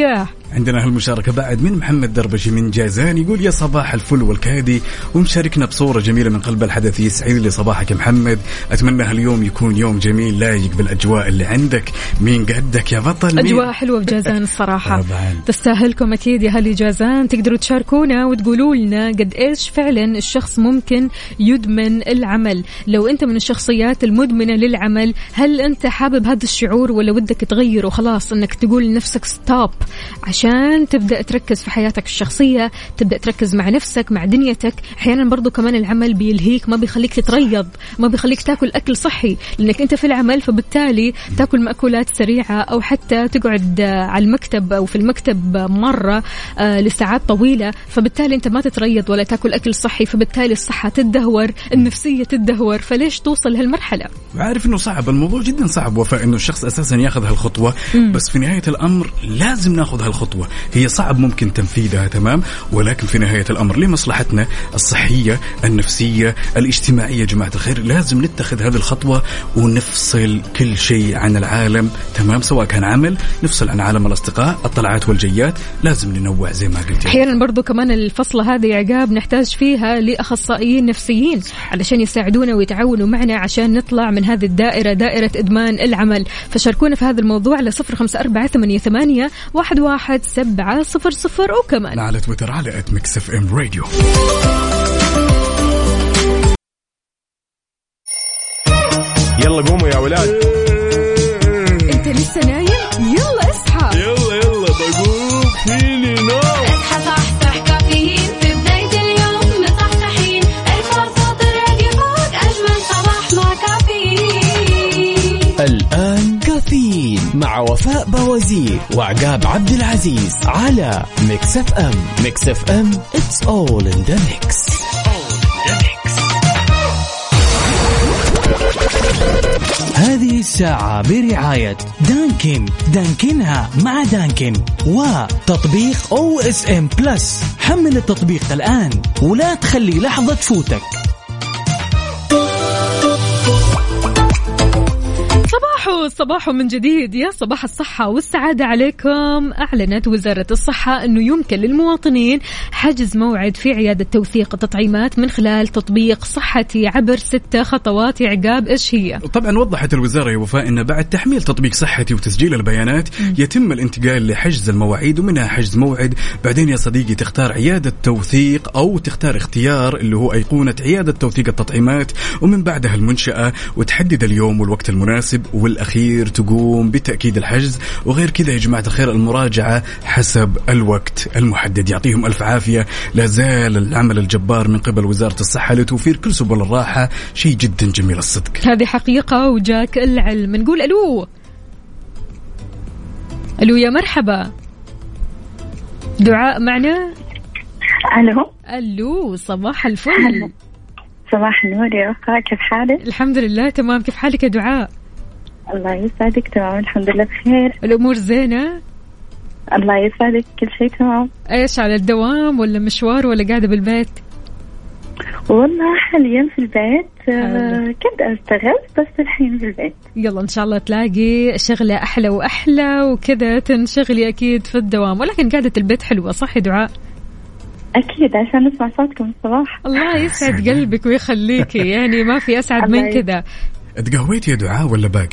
عندنا هالمشاركة بعد من محمد دربشي من جازان، يقول يا صباح الفل والكادي، ومشاركنا بصورة جميلة من قلب الحدث. يسعد لي صباحك يا محمد، أتمنى هاليوم يكون يوم جميل لايق بالأجواء اللي عندك. مين قدك يا بطل؟ أجواء حلوة بجازان الصراحة. تستاهلكم أكيد يا هالي جازان. تقدروا تشاركونا وتقولوا لنا قد إيش فعلا الشخص ممكن يدمن العمل. لو أنت من الشخصيات المدمنة للعمل، هل أنت حابب هذا الشعور ولا ودك تغيره خلاص، أنك تقول لنفسك ستوب عشان تبدأ تركز في حياتك الشخصية، تبدأ تركز مع نفسك مع دنيتك. أحيانا برضو كمان العمل بيلهيك، ما بيخليك تتريض، ما بيخليك تاكل أكل صحي لأنك أنت في العمل، فبالتالي تاكل مأكولات سريعة أو حتى تقعد على المكتب أو في المكتب مرة لساعات طويلة، فبالتالي أنت ما تتريض ولا تاكل أكل صحي، فبالتالي الصحة تدهور، النفسية تدهور. فليش توصل لهالمرحلة؟ عارف إنه صعب، الموضوع جدا صعب وفاء، إنه الشخص أساسا ياخذ هالخطوة، بس في نهاية الأمر لازم ناخذ هالخطوة. هي صعب ممكن تنفيذها تمام، ولكن في نهاية الأمر لمصلحتنا الصحية النفسية الاجتماعية جماعة الخير لازم نتخذ هذه الخطوة ونفصل كل شيء عن العالم تمام، سواء كان عمل، نفصل عن عالم الأصدقاء، الطلعات والجيات، لازم ننوع زي ما قلت. أحيانا برضو كمان الفصلة هذه يا عقاب نحتاج فيها لأخصائيين نفسيين علشان يساعدونا ويتعاونوا معنا عشان نطلع من هذه الدائرة، دائرة إدمان العمل. فشاركونا في هذا الموضوع على 0548811700 وكمان على تويتر على @mixfmradio. يلا قوموا يا ولاد. انت لسه نايم؟ يلا اصحى. يلا بقوم فيني نوم. اصحى صحصح كافيين في بداية اليوم مصحصحين، الفرصة الراديو فوق أجمل صباح مع كافيين. الآن كافيين مع وفاء بوازير وعقاب عبد العزيز على ميكس اف ام. ميكس اف ام it's all in the mix. هذه الساعة برعاية دانكن، دانكنها مع دانكن، وتطبيق OSM Plus. حمل التطبيق الآن ولا تخلي لحظة تفوتك. صباح من جديد، يا صباح الصحة والسعادة عليكم. أعلنت وزارة الصحة أنه يمكن للمواطنين حجز موعد في عيادة توثيق التطعيمات من خلال تطبيق صحتي عبر 6 خطوات. عقاب إيش هي؟ طبعا وضحت الوزارة يا وفاء أن بعد تحميل تطبيق صحتي وتسجيل البيانات يتم الانتقال لحجز المواعيد، ومنها حجز موعد. بعدين يا صديقي تختار عيادة توثيق أو تختار اختيار اللي هو أيقونة عيادة توثيق التطعيمات، ومن بعدها المنشأة، وتحدد اليوم والوقت المناسب، والأخير تقوم بتأكيد الحجز. وغير كذا يا جماعة الخير المراجعة حسب الوقت المحدد. يعطيهم ألف عافية. لا زال العمل الجبار من قبل وزارة الصحة لتوفير كل سبل الراحة، شيء جدا جميل الصدق. هذه حقيقة وجاك العلم. نقول ألو يا مرحبا. دعاء معنا. ألو صباح الفل. صباح النور يا وفاء، كيف حالك؟ الحمد لله تمام. كيف حالك يا دعاء؟ الله يسعدك. تمام الحمد لله بخير. الأمور زينة؟ الله يسعدك كل شيء تمام. ايش على الدوام ولا مشوار ولا قاعدة بالبيت؟ والله حاليا في البيت. كنت أشتغل بس الحين في البيت. يلا إن شاء الله تلاقي شغلة أحلى وأحلى وكذا تنشغلي أكيد في الدوام، ولكن قاعدة البيت حلوة صح يا دعاء؟ أكيد عشان نسمع صوتكم الصباح. الله يسعد قلبك ويخليكي، يعني ما في أسعد من كذا. تقهويتي يا دعاء ولا باقي؟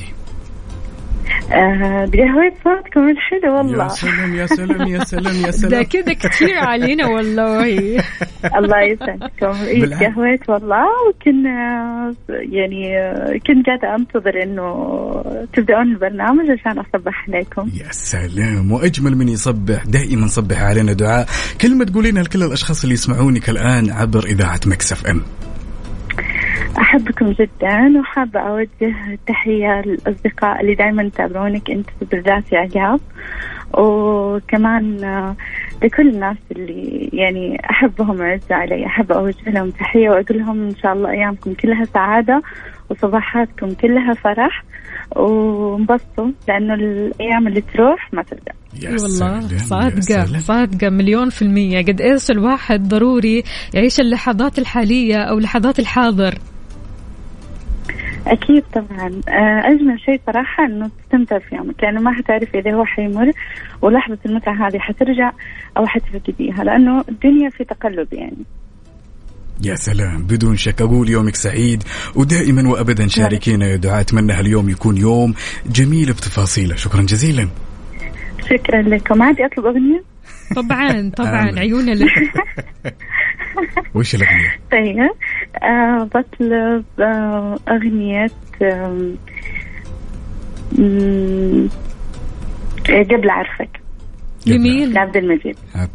بقهوة صوتكم الحلو والله. يا سلام يا سلام يا سلام يا سلام. ده كده كتير علينا والله. الله يسعدكم. قهوة والله، وكنا يعني كنت قاعدة أنتظر إنه تبدأون البرنامج عشان أصبح عليكم. يا سلام، وأجمل من يصبح دائما صبح علينا دعاء. كلمة تقولينها لكل الأشخاص اللي يسمعونك الآن عبر إذاعة ميكس اف ام. أحبكم جدا، وحابة أوجه تحية للأصدقاء اللي دايما يتابعونك أنت بالذات يا عقاب، وكمان لكل الناس اللي يعني أحبهم وعزوا علي. أحب أوجه لهم تحية وأقول لهم إن شاء الله أيامكم كلها سعادة وصباحاتكم كلها فرح، وانبسطوا لأنه الأيام اللي تروح ما ترجع. والله صادقة 1,000,000%. قد إيش الواحد ضروري يعيش اللحظات الحالية أو لحظات الحاضر. أكيد طبعا. أجمل شيء صراحة إنه تستمتع في يومك، لأنه ما حتعرف إذا هو حيمر ولحظة المتعة هذه حترجع أو حتفقديها، لأنه الدنيا في تقلب يعني. يا سلام، بدون شك أقول يومك سعيد، ودائما وأبدا شاركينا يا دعاء. أتمنى هاليوم يكون يوم جميل بتفاصيله. شكرا جزيلا. شكرا لكم. عادي أطلب أغنية؟ طبعا عيوننا لك. وش الأغنية؟ طيب بطلب أغنية قبل عرفك. جميل. عبد المجيد.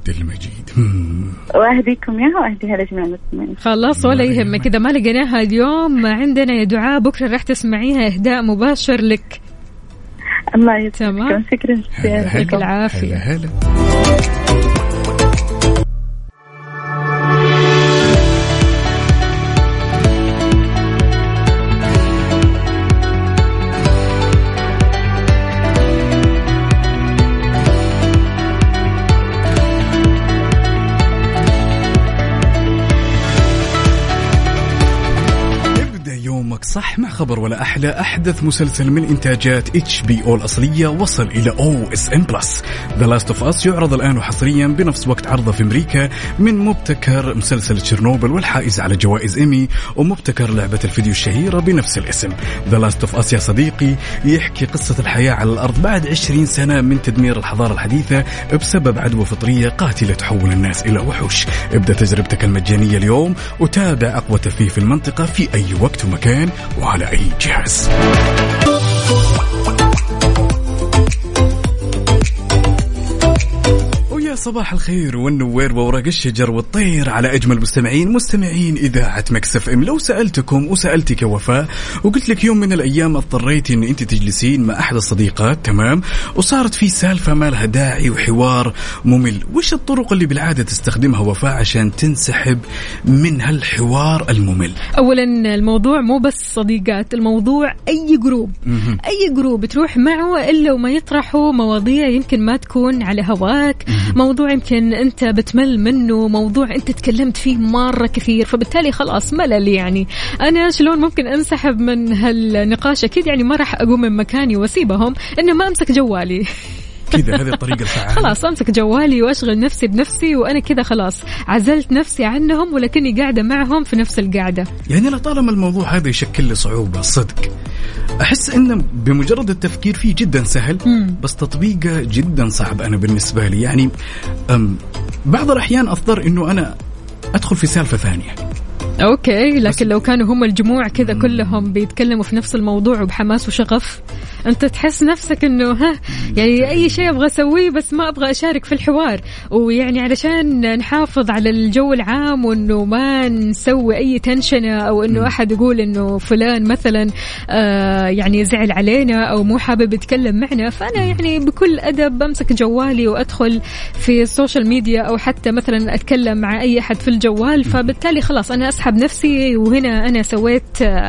وأهديكم إياها وأهديها لجميع المسلمين. خلاص ولا يهمك، إذا ما لقيناها اليوم عندنا يا دعاء بكرة راح تسمعيها إهداء مباشر لك. الله يسلمك. شكرا. يعطيك العافية. هلا. صح مع خبر ولا أحلى. أحدث مسلسل من إنتاجات HBO الأصلية وصل إلى OSN+. The Last of Us يعرض الآن حصريا بنفس وقت عرضه في أمريكا من مبتكر مسلسل تشيرنوبل والحائز على جوائز إيمي ومبتكر لعبة الفيديو الشهيرة بنفس الاسم. The Last of Us يا صديقي يحكي قصة الحياة على الأرض بعد 20 سنة من تدمير الحضارة الحديثة بسبب عدوى فطرية قاتلة تحول الناس إلى وحوش. ابدأ تجربتك المجانية اليوم وتابع أقوى ترفيه في المنطقة في أي وقت ومكان وعلى أي جهاز. ويا صباح الخير والنوير وورق الشجر والطير على أجمل مستمعين إذاعة مكس اف ام. لو سألتكم وسألتك وفاء وقلت لك يوم من الأيام اضطريتي أن أنت تجلسين مع أحد الصديقات تمام وصارت في سالفة ما لها داعي وحوار ممل، وش الطرق اللي بالعادة تستخدمها وفاء عشان تنسحب من هالحوار الممل؟ أولا الموضوع مو بس صديقات، الموضوع أي جروب تروح معه إلا وما يطرحوا مواضيع يمكن ما تكون على هواك، موضوع يمكن أنت بتمل منه، موضوع أنت تكلمت فيه مرة كثير، فبالتالي خلاص ملل. يعني أنا شلون ممكن أنسحب من هالنقاش؟ أكيد يعني ما راح أقوم من مكاني وأسيبهم، إنه ما أمسك جوالي كذا. هذه الطريقة الفعالة. خلاص أمسك جوالي وأشغل نفسي بنفسي، وأنا كذا خلاص عزلت نفسي عنهم ولكني قاعدة معهم في نفس القعدة. يعني لطالما الموضوع هذا يشكل لي صعوبة صدق، أحس إنه بمجرد التفكير فيه جدا سهل بس تطبيقه جدا صعب. أنا بالنسبة لي يعني بعض الأحيان أضطر إنه أنا أدخل في سالفة ثانية. أوكي، لكن لو كانوا هم الجموع كذا كلهم بيتكلموا في نفس الموضوع وبحماس وشغف، أنت تحس نفسك إنه يعني أي شيء أبغى أسويه بس ما أبغى أشارك في الحوار. ويعني علشان نحافظ على الجو العام وإنه ما نسوي أي تنشنة أو إنه أحد يقول إنه فلان مثلا يعني زعل علينا أو مو حابب يتكلم معنا، فأنا يعني بكل أدب بمسك جوالي وأدخل في السوشيال ميديا أو حتى مثلا أتكلم مع أي أحد في الجوال، فبالتالي خلاص أنا أسحب نفسي. وهنا أنا سويت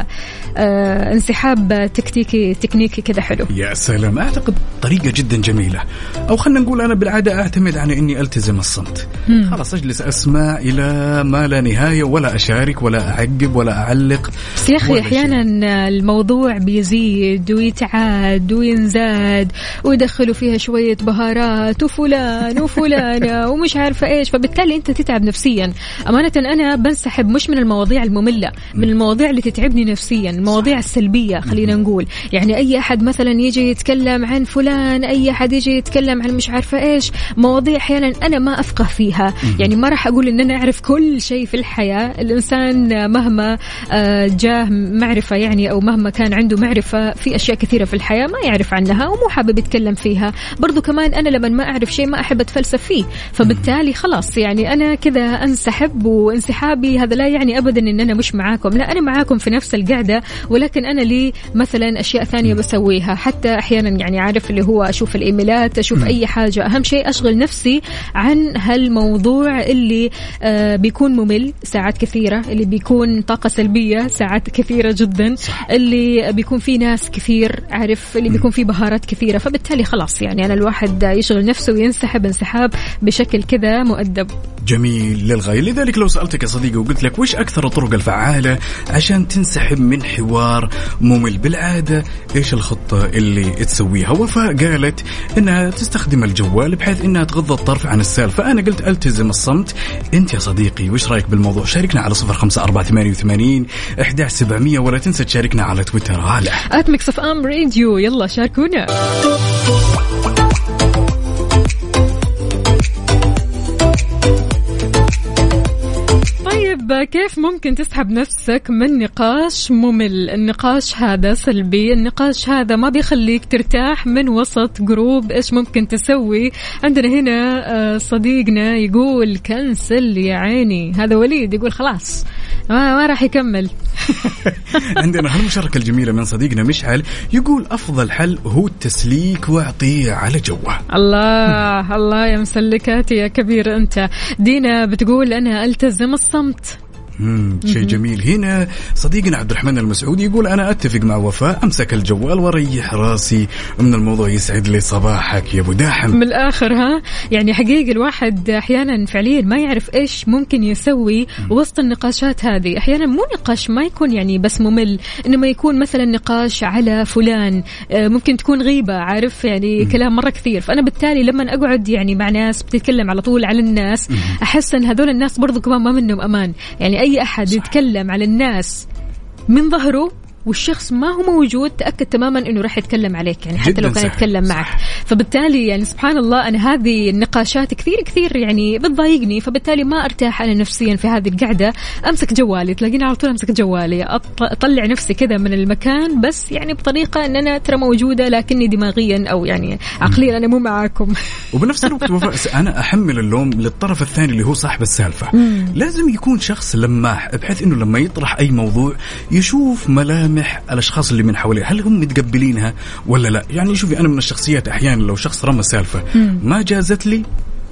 انسحاب تكنيكي كذا حلو. يا سلام، أعتقد طريقة جدا جميلة. أو خلنا نقول أنا بالعادة أعتمد على إني ألتزم الصمت، خلاص أجلس أسمع إلى ما لا نهاية ولا أشارك ولا أعقب ولا أعلق. بس يا أخي أحيانا الموضوع بيزيد ويتعاد وينزاد ويدخلوا فيها شوية بهارات وفلان وفلانة ومش عارفة إيش، فبالتالي أنت تتعب نفسيا. أمانة أنا بنسحب مش من المواضيع المملة، من المواضيع اللي تتعبني نفسيا، المواضيع السلبية خلينا نقول. يعني أي أحد مثلا يجي يتكلم عن فلان، أي أحد يجي يتكلم عن مش عارفة إيش، مواضيع أحيانا أنا ما أفقه فيها. يعني ما راح أقول إن أنا أعرف كل شيء في الحياة، الإنسان مهما جاه معرفة يعني أو مهما كان عنده معرفة في أشياء كثيرة في الحياة ما يعرف عنها ومو حابب يتكلم فيها. برضو كمان أنا لما ما أعرف شيء ما أحب أتفلسف فيه، فبالتالي خلاص يعني أنا كذا أنسحب. وانسحابي هذا لا يعني أبدا إن أنا مش معاكم، لا أنا معاكم في نفس القعدة، ولكن أنا لي مثلا أشياء ثانية بسويها. حتى أحيانا يعني عارف اللي هو أشوف الإيميلات، أشوف أي حاجة، أهم شيء أشغل نفسي عن هالموضوع اللي بيكون ممل ساعات كثيرة، اللي بيكون طاقة سلبية ساعات كثيرة جدا، اللي بيكون فيه ناس كثير، عارف اللي بيكون فيه بهارات كثيرة. فبالتالي خلاص يعني أنا الواحد يشغل نفسه وينسحب انسحاب بشكل كذا مؤدب. جميل للغاية. لذلك لو سألتك يا صديقي وقلت لك وش أكثر الطرق الفعالة عشان تنسحب من حوار ممل بالعادة، إيش الخطة اللي تسويها؟ وفاء قالت إنها تستخدم الجوال بحيث إنها تغض الطرف عن السالفة. أنا قلت ألتزم الصمت. أنت يا صديقي وش رأيك بالموضوع؟ شاركنا على 0548811700 ولا تنسى تشاركنا على تويتر على @mixfm راديو. يلا شاركونا. كيف ممكن تسحب نفسك من نقاش ممل؟ النقاش هذا سلبي، النقاش هذا ما بيخليك ترتاح من وسط جروب. إيش ممكن تسوي؟ عندنا هنا صديقنا يقول كنسل يا عيني. هذا وليد يقول خلاص ما راح يكمل. عندنا هالمشاركة الجميلة من صديقنا مشعل يقول أفضل حل هو التسليك واعطيه على جوه. الله الله يا مسلكاتي يا كبير أنت. دينا بتقول أنا ألتزم الصمت. شيء جميل. هنا صديقنا عبد الرحمن المسعودي يقول أنا أتفق مع وفاء، أمسك الجوال وريح راسي من الموضوع. يسعد لي صباحك يا أبو داحم. من الآخر ها، يعني حقيقي الواحد أحيانا فعليا ما يعرف إيش ممكن يسوي وسط النقاشات هذه. أحيانا مو نقاش ما يكون يعني بس ممل، إنما يكون مثلا نقاش على فلان، ممكن تكون غيبة، عارف يعني كلام مرة كثير. فأنا بالتالي لما أقعد يعني مع ناس بتتكلم على طول على الناس، أحس أن هذول الناس برضو كمان ما منهم أمان. يعني أي أحد يتكلم على الناس من ظهره والشخص ما هو موجود، تأكد تماما أنه راح يتكلم عليك، يعني حتى لو كان يتكلم معك. فبالتالي يعني سبحان الله أنا هذه النقاشات كثير يعني بتضايقني، فبالتالي ما أرتاح أنا نفسيا في هذه القعدة. أمسك جوالي، تلاقيني على طول أمسك جوالي، أطلع نفسي كذا من المكان، بس يعني بطريقة أن أنا ترى موجودة لكني دماغيا أو يعني عقليا أنا مو معاكم. وبنفس الوقت أنا أحمل اللوم للطرف الثاني اللي هو صاحب السالفة. لازم يكون شخص لماح بحيث أنه لما يطرح أي موضوع يشوف ملامح الأشخاص اللي من حواليه، هل هم متقبلينها ولا لا. يعني شوفي أنا من الشخصيات أحيانا لو شخص رمى سالفة ما جازت لي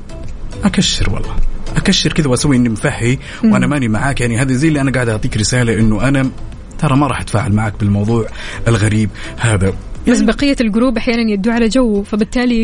أكشر، والله أكشر كذا وأسوي إني مفهي وأنا ماني معاك. يعني هذا زي اللي أنا قاعد أعطيك رسالة إنه أنا ترى ما راح أتفاعل معك بالموضوع الغريب هذا. بس بقية الجروب أحيانا يدوا على جو، فبالتالي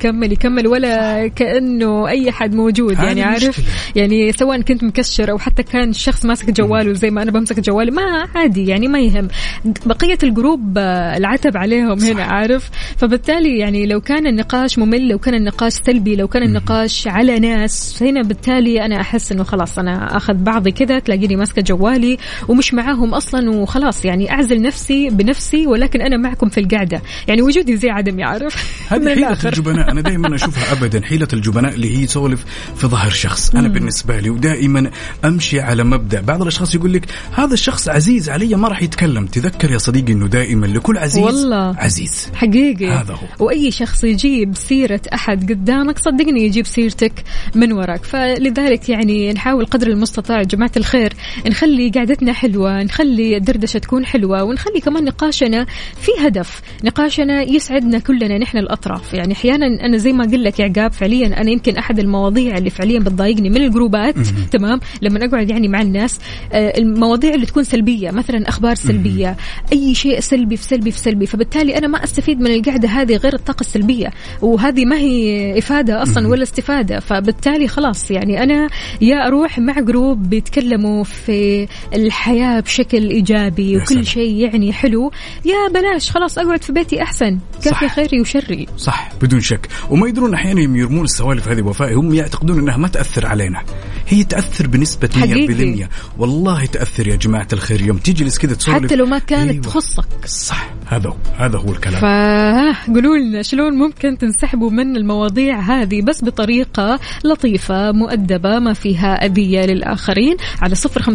يكمل ولا كأنه أي حد موجود. يعني عارف يعني سواء كنت مكشر أو حتى كان الشخص ماسك جواله زي ما أنا بمسك جوالي، ما عادي يعني ما يهم. بقية الجروب العتب عليهم هنا، عارف. فبالتالي يعني لو كان النقاش ممل، لو كان النقاش سلبي، لو كان النقاش على ناس، هنا بالتالي أنا أحس إنه خلاص أنا أخذ بعضي كذا، تلاقيني ماسكة جوالي ومش معاهم أصلا، وخلاص يعني أعزل نفسي بنفسي، ولكن أنا معكم في القعدة. يعني وجودي زي عدم، يعرف. هذه حيلة الجبناء. أنا دائما أشوفها أبدا حيلة الجبناء اللي هي تسولف في ظهر شخص. أنا بالنسبة لي ودائما أمشي على مبدأ، بعض الأشخاص يقول لك هذا الشخص عزيز علي ما راح يتكلم. تذكر يا صديقي إنه دائما لكل عزيز والله عزيز حقيقي. هذا هو. وأي شخص يجيب سيرة أحد قدامك صدقني يجيب سيرتك من وراك. فلذلك يعني نحاول قدر المستطاع جماعة الخير نخلي قعدتنا حلوة، نخلي الدردشة تكون حلوة، ونخلي كمان نقاشنا في هدف، نقاشنا يسعدنا كلنا نحن الأطراف. يعني أحيانا أنا زي ما قل لك يا عقاب، فعليا أنا يمكن أحد المواضيع اللي فعليا بتضايقني من الجروبات تمام لما أقعد يعني مع الناس، المواضيع اللي تكون سلبية، مثلا أخبار سلبية، أي شيء سلبي في سلبي في سلبي. فبالتالي أنا ما أستفيد من القعدة هذه غير الطاقة السلبية، وهذه ما هي إفادة أصلا ولا استفادة. فبالتالي خلاص يعني أنا يا أروح مع جروب بيتكلموا في الحياة بشكل إيجابي وكل شيء يعني حلو، يا بلاش خلاص أقعد في بيتي أحسن، كافي خيري وشري. صح بدون شك. وما يدرون أحيانا يرمون السوالف هذه وفاء، هم يعتقدون أنها ما تأثر علينا، هي تأثر بنسبة 100%. والله تأثر يا جماعة الخير. يوم تجلس كذا تسولف حتى لو ما كانت تخصك. صح، هذا هو الكلام. فقولوا لنا شلون ممكن تنسحبوا من المواضيع هذه بس بطريقة لطيفة مؤدبة ما فيها أذية للآخرين، على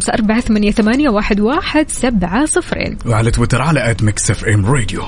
0548811700 وعلى تويتر على @mixfm radio.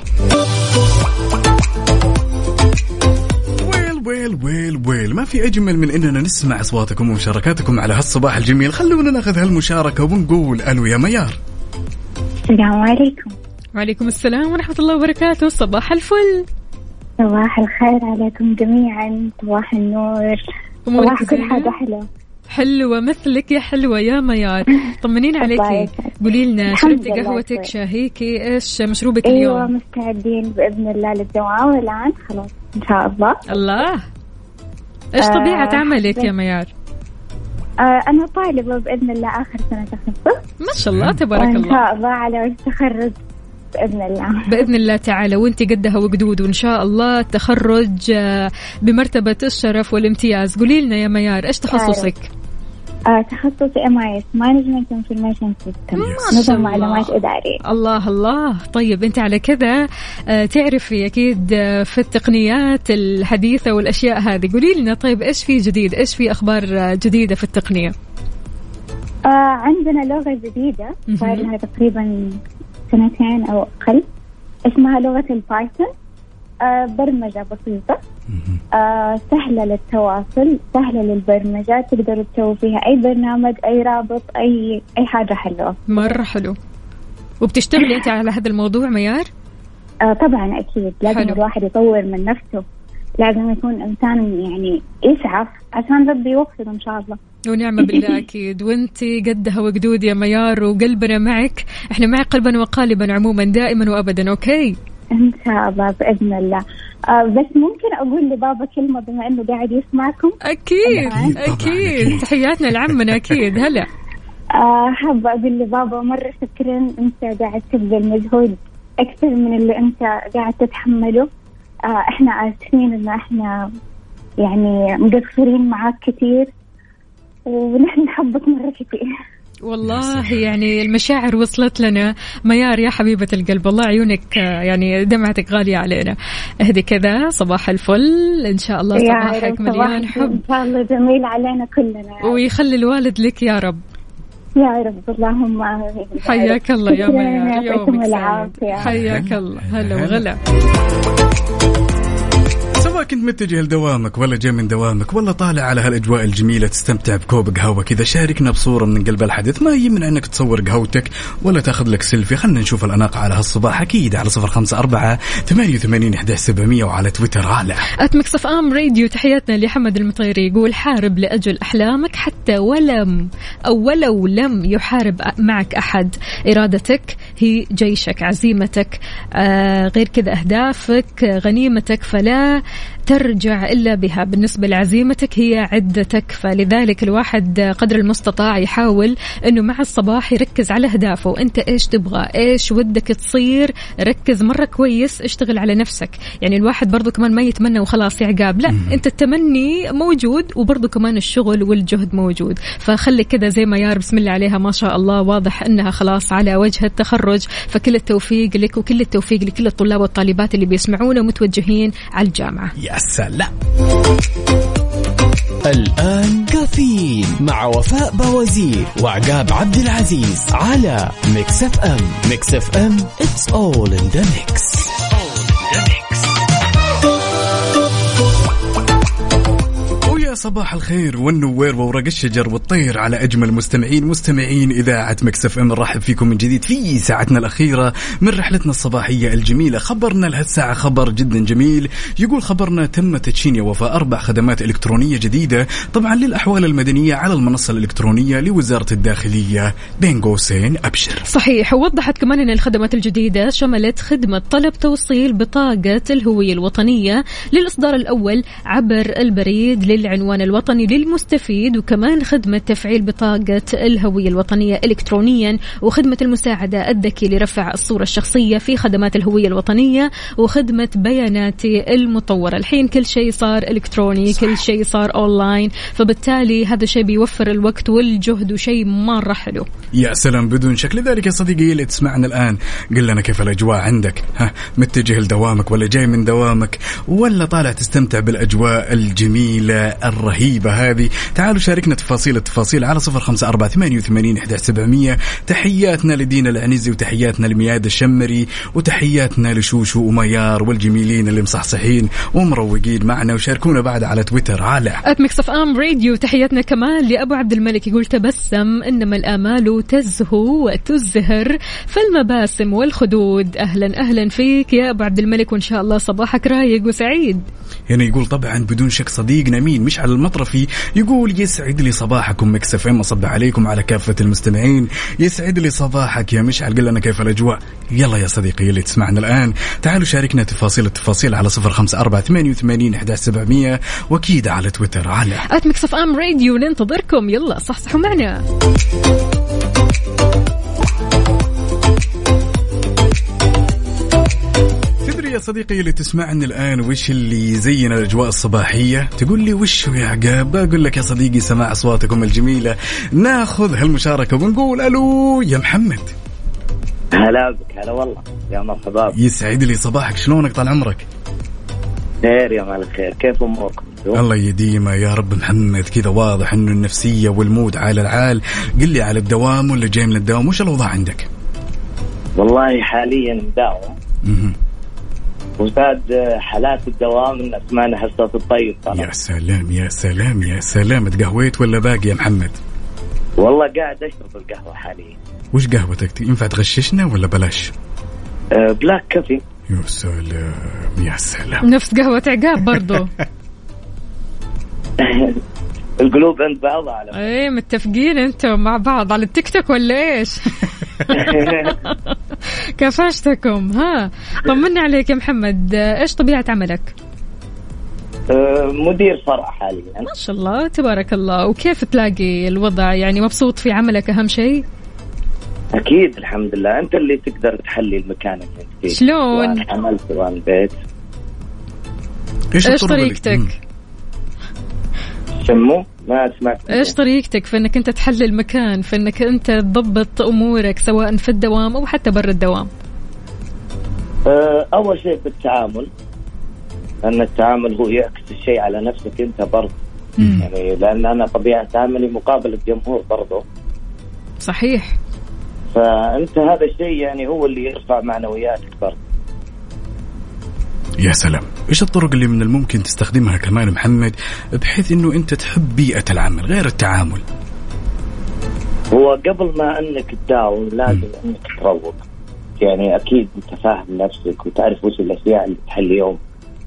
ويل ما في أجمل من إننا نسمع أصواتكم ومشاركاتكم على هالصباح الجميل. خلونا ناخذ هالمشاركة ونقول ألو يا ميار. السلام عليكم. وعليكم السلام ورحمة الله وبركاته. صباح الفل. صباح الخير عليكم جميعا، صباح النور، صباح كل حاجة حلوة مثلك يا حلوة يا ميار. طمنين عليكي، قولي لنا شربتي قهوتك شاهيكي، إيش مشروبك اليوم؟ أيوة مستعدين بإذن الله للدوام، والآن خلاص إن شاء الله. الله، إيش طبيعة عملك يا ميار؟ أنا طالبة بإذن الله آخر سنة تخصص. ما شاء الله تبارك وإن الله. شاء الله على التخرج بإذن الله. بإذن الله تعالى، وانت قدها وقدود، وإن شاء الله التخرج بمرتبة الشرف والامتياز. قولي لنا يا ميار إيش تخصصك؟ تخصصي MIS Management Information System، نظم معلومات إدارية. الله الله. طيب أنت على كذا تعرفي أكيد في التقنيات الحديثة والأشياء هذه. قولي لنا طيب إيش في جديد، إيش في أخبار جديدة في التقنية؟ عندنا لغة جديدة صار لها تقريبا 2 أو أقل، اسمها لغة البايثون. برمجة بسيطة، سهلة للتواصل، سهلة للبرمجة، تقدروا تسووا فيها أي برنامج، أي رابط، أي حاجة حلوة. مرة حلو. وبتشتغلي أنت على هذا الموضوع ميار؟ طبعا أكيد لازم حلو. الواحد يطور من نفسه، لازم يكون إنسان يعني يسعى عشان ربي يوفقه إن شاء الله. ونعم بالله أكيد. وانتي قدها وقدود يا ميار، وقلبنا معك، احنا معك قلبا وقالبا عموما دائما وأبدا. أوكي إن شاء الله بإذن الله. بس ممكن أقول لبابا كلمة بما إنه قاعد يسمعكم؟ أكيد أكيد. تحياتنا لعمنا أكيد. هلا حابة أقول لبابا مرة شكرا، أنت قاعد تبذل مجهود أكثر من اللي أنت قاعد تتحمله. إحنا آسفين إنه إحنا يعني مقصرين معاك كثير، ونحن نحبك مرة كثير والله. يعني المشاعر وصلت لنا ميار يا حبيبة القلب، والله عيونك يعني دمعتك غالية علينا. اهدي كذا، صباح الفل إن شاء الله، صباحك مليان حب إن شاء الله، جميل علينا كلنا، ويخلي الوالد لك يا رب يا رب. اللهم آمين. حياك الله يا ميار، يومك سعيد. حياك الله. هلا وغلا. سواء كنت متجه لدوامك ولا جاي من دوامك ولا طالع على هالأجواء الجميلة تستمتع بكوب قهوة كذا، شاركنا بصورة من قلب الحدث. ما يمنع أنك تصور قهوتك ولا تاخذ لك سيلفي. خلنا نشوف الأناقة على هالصباح أكيد على 0548811700 وعلى تويتر على @mixfm راديو. تحياتنا لحمد المطيري، يقول حارب لأجل أحلامك حتى ولو لم يحارب معك أحد. إرادتك هي جيشك، عزيمتك غير كذا أهدافك غنيمتك، فلا ترجع إلا بها. بالنسبة لعزيمتك هي عدتك، فلذلك الواحد قدر المستطاع يحاول أنه مع الصباح يركز على أهدافه. أنت إيش تبغى، إيش ودك تصير، ركز مرة كويس، اشتغل على نفسك. يعني الواحد برضو كمان ما يتمنى وخلاص يعقاب، لا، أنت التمني موجود وبرضو كمان الشغل والجهد موجود. فخلي كذا زي ما يار بسم الله عليها ما شاء الله، واضح أنها خلاص على وجه التخرج. فكل التوفيق لك وكل التوفيق لكل الطلاب والطالبات اللي بيسمعونا ومتوجهين على الجامعة. يا سلام. الآن كافيين مع وفاء بوزير وعقاب عبد العزيز على ميكس اف ام. ميكس اف ام it's all in the mix. صباح الخير والنوير وورق الشجر والطير على أجمل مستمعين إذاعة ميكس اف ام. نرحب فيكم من جديد في ساعتنا الأخيرة من رحلتنا الصباحية الجميلة. خبرنا لهالساعة خبر جدا جميل، يقول خبرنا تم تدشين يا وفاء 4 خدمات إلكترونية جديدة طبعا للأحوال المدنية على المنصة الإلكترونية لوزارة الداخلية بين قوسين أبشر. صحيح. ووضحت كمان أن الخدمات الجديدة شملت خدمة طلب توصيل بطاقة الهوية الوطنية للإصدار الأول عبر البريد للعنوان الوطني للمستفيد، وكمان خدمة تفعيل بطاقة الهوية الوطنية إلكترونيا، وخدمة المساعدة الذكي لرفع الصورة الشخصية في خدمات الهوية الوطنية، وخدمة بياناتي المطورة. الحين كل شيء صار إلكتروني، كل شيء صار أونلاين، فبالتالي هذا شيء بيوفر الوقت والجهد وشيء مرة حلو. يا سلام بدون شك. لذلك يا صديقي اللي تسمعنا الآن قل لنا كيف الأجواء عندك، متجه لدوامك ولا جاي من دوامك ولا طالع تستمتع بالأجواء الجميلة الرهيبة هذه؟ تعالوا شاركنا التفاصيل على 0548811700. تحياتنا لدينا العنزي وتحياتنا لمياد الشمري وتحياتنا لشوشو وميار والجميلين اللي مصحصحين ومروقين معنا، وشاركونا بعد على تويتر على @mixfm راديو. تحياتنا كمان لأبو عبد الملك، يقول تبسم إنما الآمال تزهو وتزهر فالمباسم والخدود. أهلا فيك يا أبو عبد الملك، وإن شاء الله صباحك رايق وسعيد. هنا يقول طبعا بدون شك صديقنا مين مش مشعل المطرفي يقول يسعد لي صباحكم ميكس اف ام، اصبح عليكم على كافة المستمعين. يسعد لي صباحك يا مشعل، قل لنا كيف الأجواء. يلا يا صديقي اللي تسمعنا الآن تعالوا شاركنا التفاصيل على 0548811700 وأكيد على تويتر على ميكس اف ام راديو. ننتظركم، يلا صحصحوا معنا. يا صديقي اللي تسمعني الآن وش اللي يزين الأجواء الصباحية؟ تقول لي وش يا عقاب؟ بقول لك يا صديقي سماع أصواتكم الجميلة. ناخذ هالمشاركة ونقول ألو يا محمد. هلا بك. هلا والله يا مرحبا. يسعد لي صباحك، شلونك طال عمرك؟ خير يا مال الخير، كيف أموركم؟ الله يديمه يا رب. محمد كذا واضح إنه النفسية والمود على العال. قل لي على الدوام ولا جاي من الدوام؟ وش الأوضاع عندك؟ والله حاليا مداوم وزاد حالات الدوام الناس ما نحس صوت الطيب طبعا. يا سلام يا سلام يا سلام. تقهويت ولا باقي يا محمد؟ والله قاعد أشرب القهوة حاليا. وش قهوتك؟ ينفع تغششنا ولا بلاش؟ بلاك كافي. يا سلام يا سلام. نفس قهوة عقاب برضو. القلوب عند بعض على ايه متفقين انتم مع بعض على التيك توك ولا ايش؟ كفاشتكم. ها طمنا عليك يا محمد، ايش طبيعة عملك؟ مدير فرع حاليا. ما شاء الله تبارك الله. وكيف تلاقي الوضع؟ يعني مبسوط في عملك أهم شيء؟ أكيد الحمد لله. أنت اللي تقدر تحلي المكان اللي أنت فيه. شلون؟ سواء عمل سواء بيت. إيش طريقتك؟ سمو ما سمعت. إيش طريقتك في إنك أنت تحلي المكان، في إنك أنت تضبط أمورك سواء في الدوام أو حتى برا الدوام؟ أول شيء بالتعامل، لأن التعامل هو يعكس الشيء على نفسك أنت برضه. يعني لأن أنا طبيعة عملي مقابل الجمهور برضه. صحيح. فأنت هذا الشيء يعني هو اللي يرفع معنوياتك برضه. يا سلام. إيش الطرق اللي من الممكن تستخدمها كمان محمد بحيث إنه أنت تحب بيئة العمل غير التعامل؟ هو قبل ما أنك تداوم لازم أنك تروق. يعني أكيد أنت فاهم نفسك وتعرف وش الأشياء اللي تحل يوم.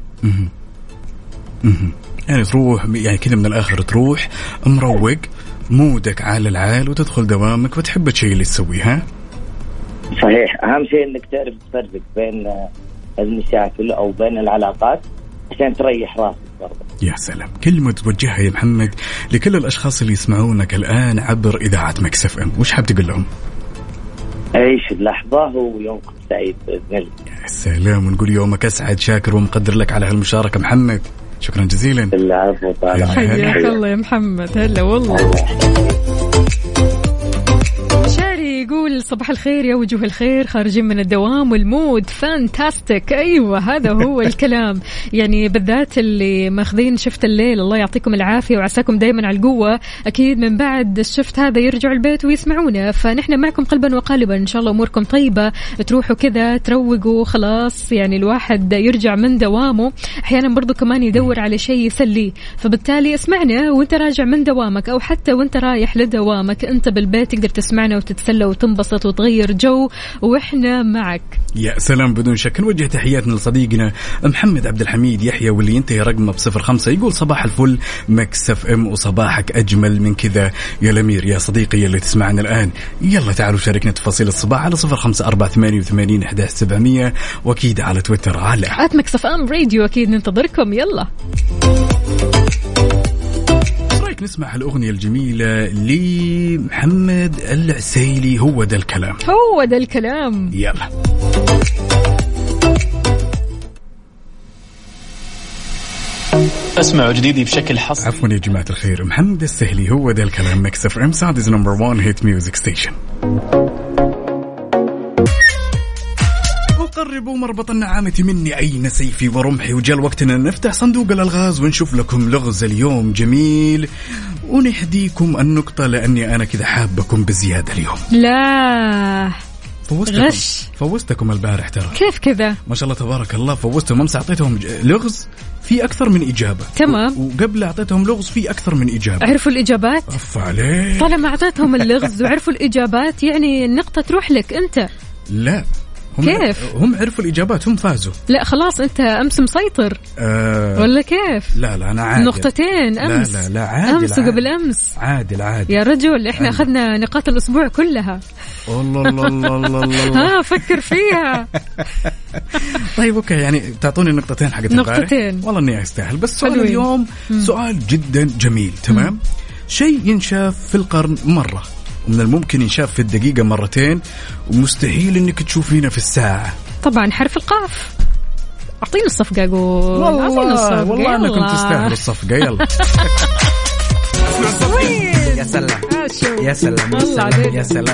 يعني تروح يعني كذا من الآخر تروح مروق مودك على العال وتدخل دوامك وتحب الشيء اللي تسويه. صحيح. أهم شيء أنك تعرف تفرق بين المشاكل أو بين العلاقات عشان تريح راسك برضه. يا سلام. كلمة توجهها يا محمد لكل الأشخاص اللي يسمعونك الآن عبر إذاعة ميكس اف ام، وش حاب تقول لهم؟ عيش اللحظة ويومكم سعيد بإذن الله. يا سلام. ونقول يومك أسعد. شاكر ومقدر لك على هالمشاركة محمد، شكرا جزيلا. العفو طبعا. حياك الله يا محمد. هلا والله. شاري يقول صباح الخير يا وجوه الخير، خارجين من الدوام والمود فانتاستيك. أيوة هذا هو الكلام. يعني بالذات اللي ماخذين شفت الليل الله يعطيكم العافية وعساكم دايما على القوة. أكيد من بعد الشفت هذا يرجعوا البيت ويسمعونا، فنحن معكم قلبا وقالبا. إن شاء الله أموركم طيبة، تروحوا كذا تروقوا خلاص. يعني الواحد يرجع من دوامه أحيانا برضو كمان يدور على شيء يسليه، فبالتالي اسمعنا وانت راجع من دوامك أو حتى وانت رايح لدوامك. انت بالبيت تقدر تسمعنا وتتسلى وتنبسط وتغير جو وإحنا معك. يا سلام. بدون شك نوجه تحياتنا لصديقنا محمد عبد الحميد يحيى واللي ينتهي رقمه ب05. يقول صباح الفل ميكس اف ام وصباحك أجمل من كذا يا الأمير. يا صديقي اللي تسمعنا الآن يلا تعالوا شاركنا تفاصيل الصباح على 0548811700 وأكيد على تويتر على ميكس اف ام راديو. أكيد ننتظركم. يلا نسمع الأغنية الجميلة لمحمد العسيلي. هو ده الكلام. هو ده الكلام. يلا اسمعوا جديدي بشكل حصري. عفوا يا جماعة الخير، محمد السهلي. هو ده الكلام. ميكس اف ام سعوديز نمبر 1 هيت ميوزك ستيشن. قربوا مربط النعامة مني أين سيفي ورمحي، وجاء وقتنا نفتح صندوق الألغاز ونشوف لكم لغز اليوم جميل ونهديكم النقطة لأني أنا كذا حابكم بزيادة اليوم. لا فوزتكم البارح ترى. كيف كذا؟ ما شاء الله تبارك الله. فوزتهم أمس، أعطيتهم لغز في أكثر من إجابة. تمام. وقبل أعطيتهم لغز في أكثر من إجابة. عرفوا الإجابات؟ أف عليك. طالما أعطيتهم اللغز وعرفوا الإجابات يعني النقطة تروح لك أنت. لا كيف؟ هم عرفوا الإجابات، هم فازوا. لا خلاص أنت أمس مسيطر ولا كيف؟ لا أنا عادل. نقطتين أمس. لا عادل. أمس وقبل أمس. عادل يا رجل إحنا أخذنا نقاط الأسبوع كلها. الله فكر فيها. طيب أوكي، يعني تعطوني نقطتين حقت نقطتين. والله إني أستاهل. بس سؤال اليوم سؤال جدا جميل. تمام. شيء ينشاف في القرن مرة، ومن الممكن ينشاف في الدقيقة مرتين، ومستحيل إنك تشوفينه في الساعة. طبعا حرف القاف. أعطيني الصفقة. أقول والله أنكم تستاهلوا الصفقة. يلا. يا سلام يا سلام يا سلام يا سلام.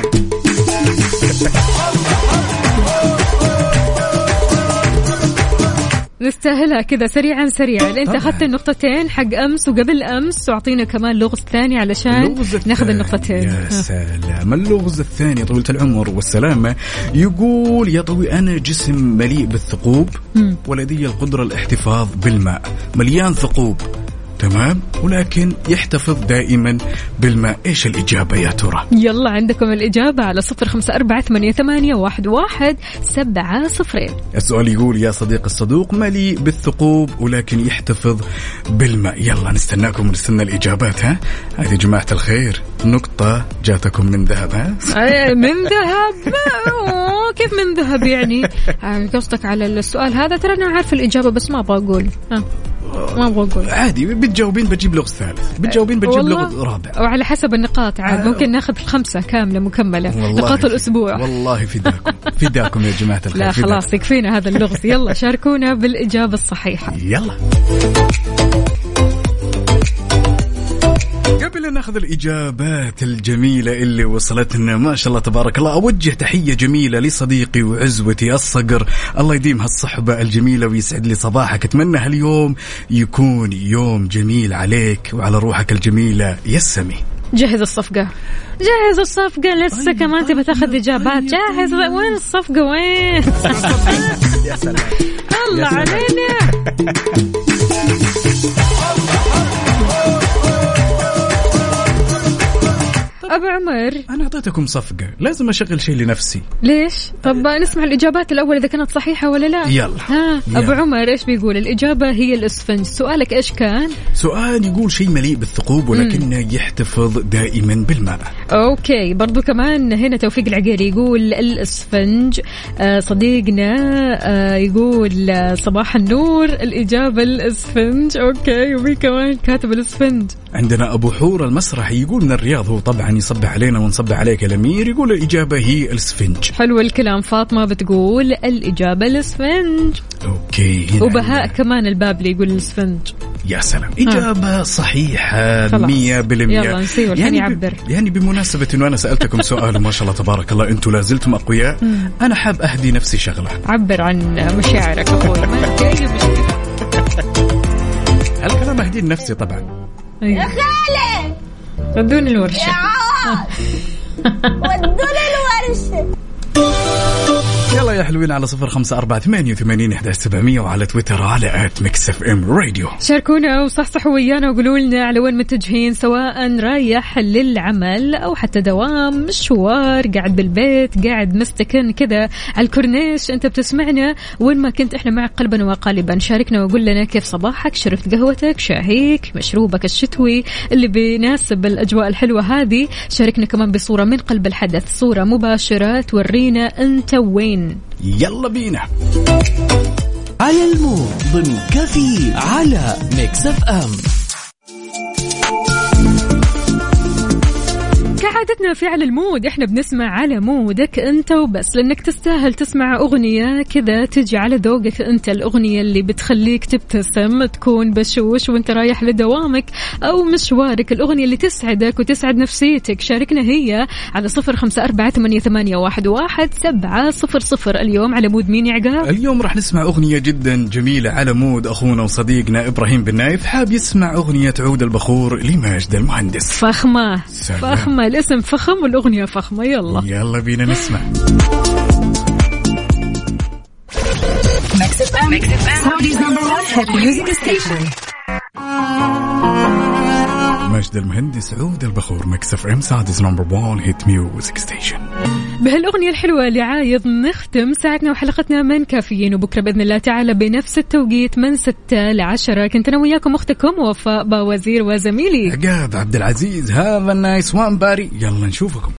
نستاهلها كذا سريعا. انت اخذت النقطتين حق امس وقبل امس، واعطينا كمان لغز ثاني علشان ناخذ النقطتين. يا سلام. اللغز الثاني طويلة العمر والسلامة يقول: يا طوي أنا جسم مليء بالثقوب ولدي القدرة الاحتفاظ بالماء، مليان ثقوب تمام، ولكن يحتفظ دائما بالماء. إيش الإجابة يا ترى؟ يلا عندكم الإجابة على 0548811700. السؤال يقول: يا صديق الصدوق مليء بالثقوب ولكن يحتفظ بالماء. يلا نستناكم ونستنى الإجابات. ها هذه جماعة الخير نقطة جاتكم من ذهب. ها من ذهب؟ كيف من ذهب يعني؟ قصدك على السؤال هذا؟ ترى أنا عارف الإجابة بس ما أبغى أقول. ما أبغى أقول. عادي، بتجاوبين بجيب لغز ثالث، بتجاوبين بجيب لغز رابع، وعلى حسب النقاط عاد ممكن ناخذ 5 كاملة مكملة نقاط الأسبوع. والله فداكم يا جماعة الخير. لا خلاص يكفينا هذا اللغز. يلا شاركونا بالإجابة الصحيحة. يلا. قبل أن ناخذ الإجابات الجميلة اللي وصلتنا ما شاء الله تبارك الله، أوجه تحية جميلة لصديقي وعزوتي الصقر، الله يديم هالصحبة الجميلة ويسعد لي صباحك. أتمنى هاليوم يكون يوم جميل عليك وعلى روحك الجميلة يسمي. جهز الصفقة لسه كمان تبى تاخذ إجابات. جاهز. وين الصفقة وين؟ يا سلام الله علينا. أبو عمر أنا أعطيتكم صفقة، لازم أشغل شيء لنفسي. ليش؟ طب نسمع الإجابات الأول إذا كانت صحيحة ولا لا. يلا. أبو عمر إيش بيقول؟ الإجابة هي الإسفنج. سؤالك إيش كان؟ سؤال يقول شيء مليء بالثقوب ولكنه يحتفظ دائما بالماء. أوكي. برضو كمان هنا توفيق العقيري يقول الإسفنج. صديقنا يقول صباح النور، الإجابة الإسفنج. أوكي. ومين كمان كاتب الإسفنج؟ عندنا أبو حور المسرحي يقول من الرياض، هو طبعا يصبح علينا ونصبح عليك الأمير، يقول الإجابة هي الإسفنج. حلو الكلام. فاطمة بتقول الإجابة الإسفنج. أوكي. وبهاء كمان البابلي يقول الإسفنج. يا سلام. إجابة صحيحة 100%. يلا نسيو الحين يعبر. يعني بمناسبة إنه أنا سألتكم سؤال وما شاء الله تبارك الله أنتوا لازلتم أقوياء، أنا حاب أهدي نفسي شغلة. عبر عن مشاعرك أخوي. ما في أي مشكلة. الكلام أهدي لنفسي طبعا. يا خالد ودوني الورشة. ودوني الورشة. يلا يا حلوين على 0548811700 وعلى تويتر على @mixfmradio. شاركونا وصحصحوا ويانا وقولوا لنا على وين متجهين، سواء رايح للعمل أو حتى دوام، مشوار، قاعد بالبيت، قاعد مستكن كذا على الكورنيش، أنت بتسمعنا وين ما كنت، إحنا معك قلبا وقالبا. شاركنا وقول لنا كيف صباحك، شربت قهوتك، شاهيك، مشروبك الشتوي اللي بيناسب الأجواء الحلوة هذه. شاركنا كمان بصورة من قلب الحدث، صورة مباشرة تورينا أنت وين. يلا بينا على المود ضمن كافيين على ميكس اف ام. كعادتنا في على المود احنا بنسمع على مودك انت وبس، لانك تستاهل تسمع اغنية كذا تجي على ذوقك انت، الاغنية اللي بتخليك تبتسم، تكون بشوش وانت رايح لدوامك او مشوارك، الاغنية اللي تسعدك وتسعد نفسيتك. شاركنا هي على 0548811700. اليوم على مود مين يا عقاب؟ اليوم راح نسمع اغنية جدا جميلة على مود اخونا وصديقنا ابراهيم بن نايف، حاب يسمع اغنية عود البخور لماجد المهندس. فخمة فخمة، الاسم فخم والأغنية فخمة. يلا بينا نسمع. ما ماجد المهندس، عود البخور، ميكس اف ام سعوديز نمبر 1 هيت ميوزك ستيشن. بهالأغنية الحلوة اللي عايض نختم ساعتنا وحلقتنا من كافيين، وبكرة بإذن الله تعالى بنفس التوقيت من 6 ل10 كنت أنا وياكم أختكم وفاء باوزير وزميلي عقاب عبد العزيز. هذا النايس وان باري، يلا نشوفكم.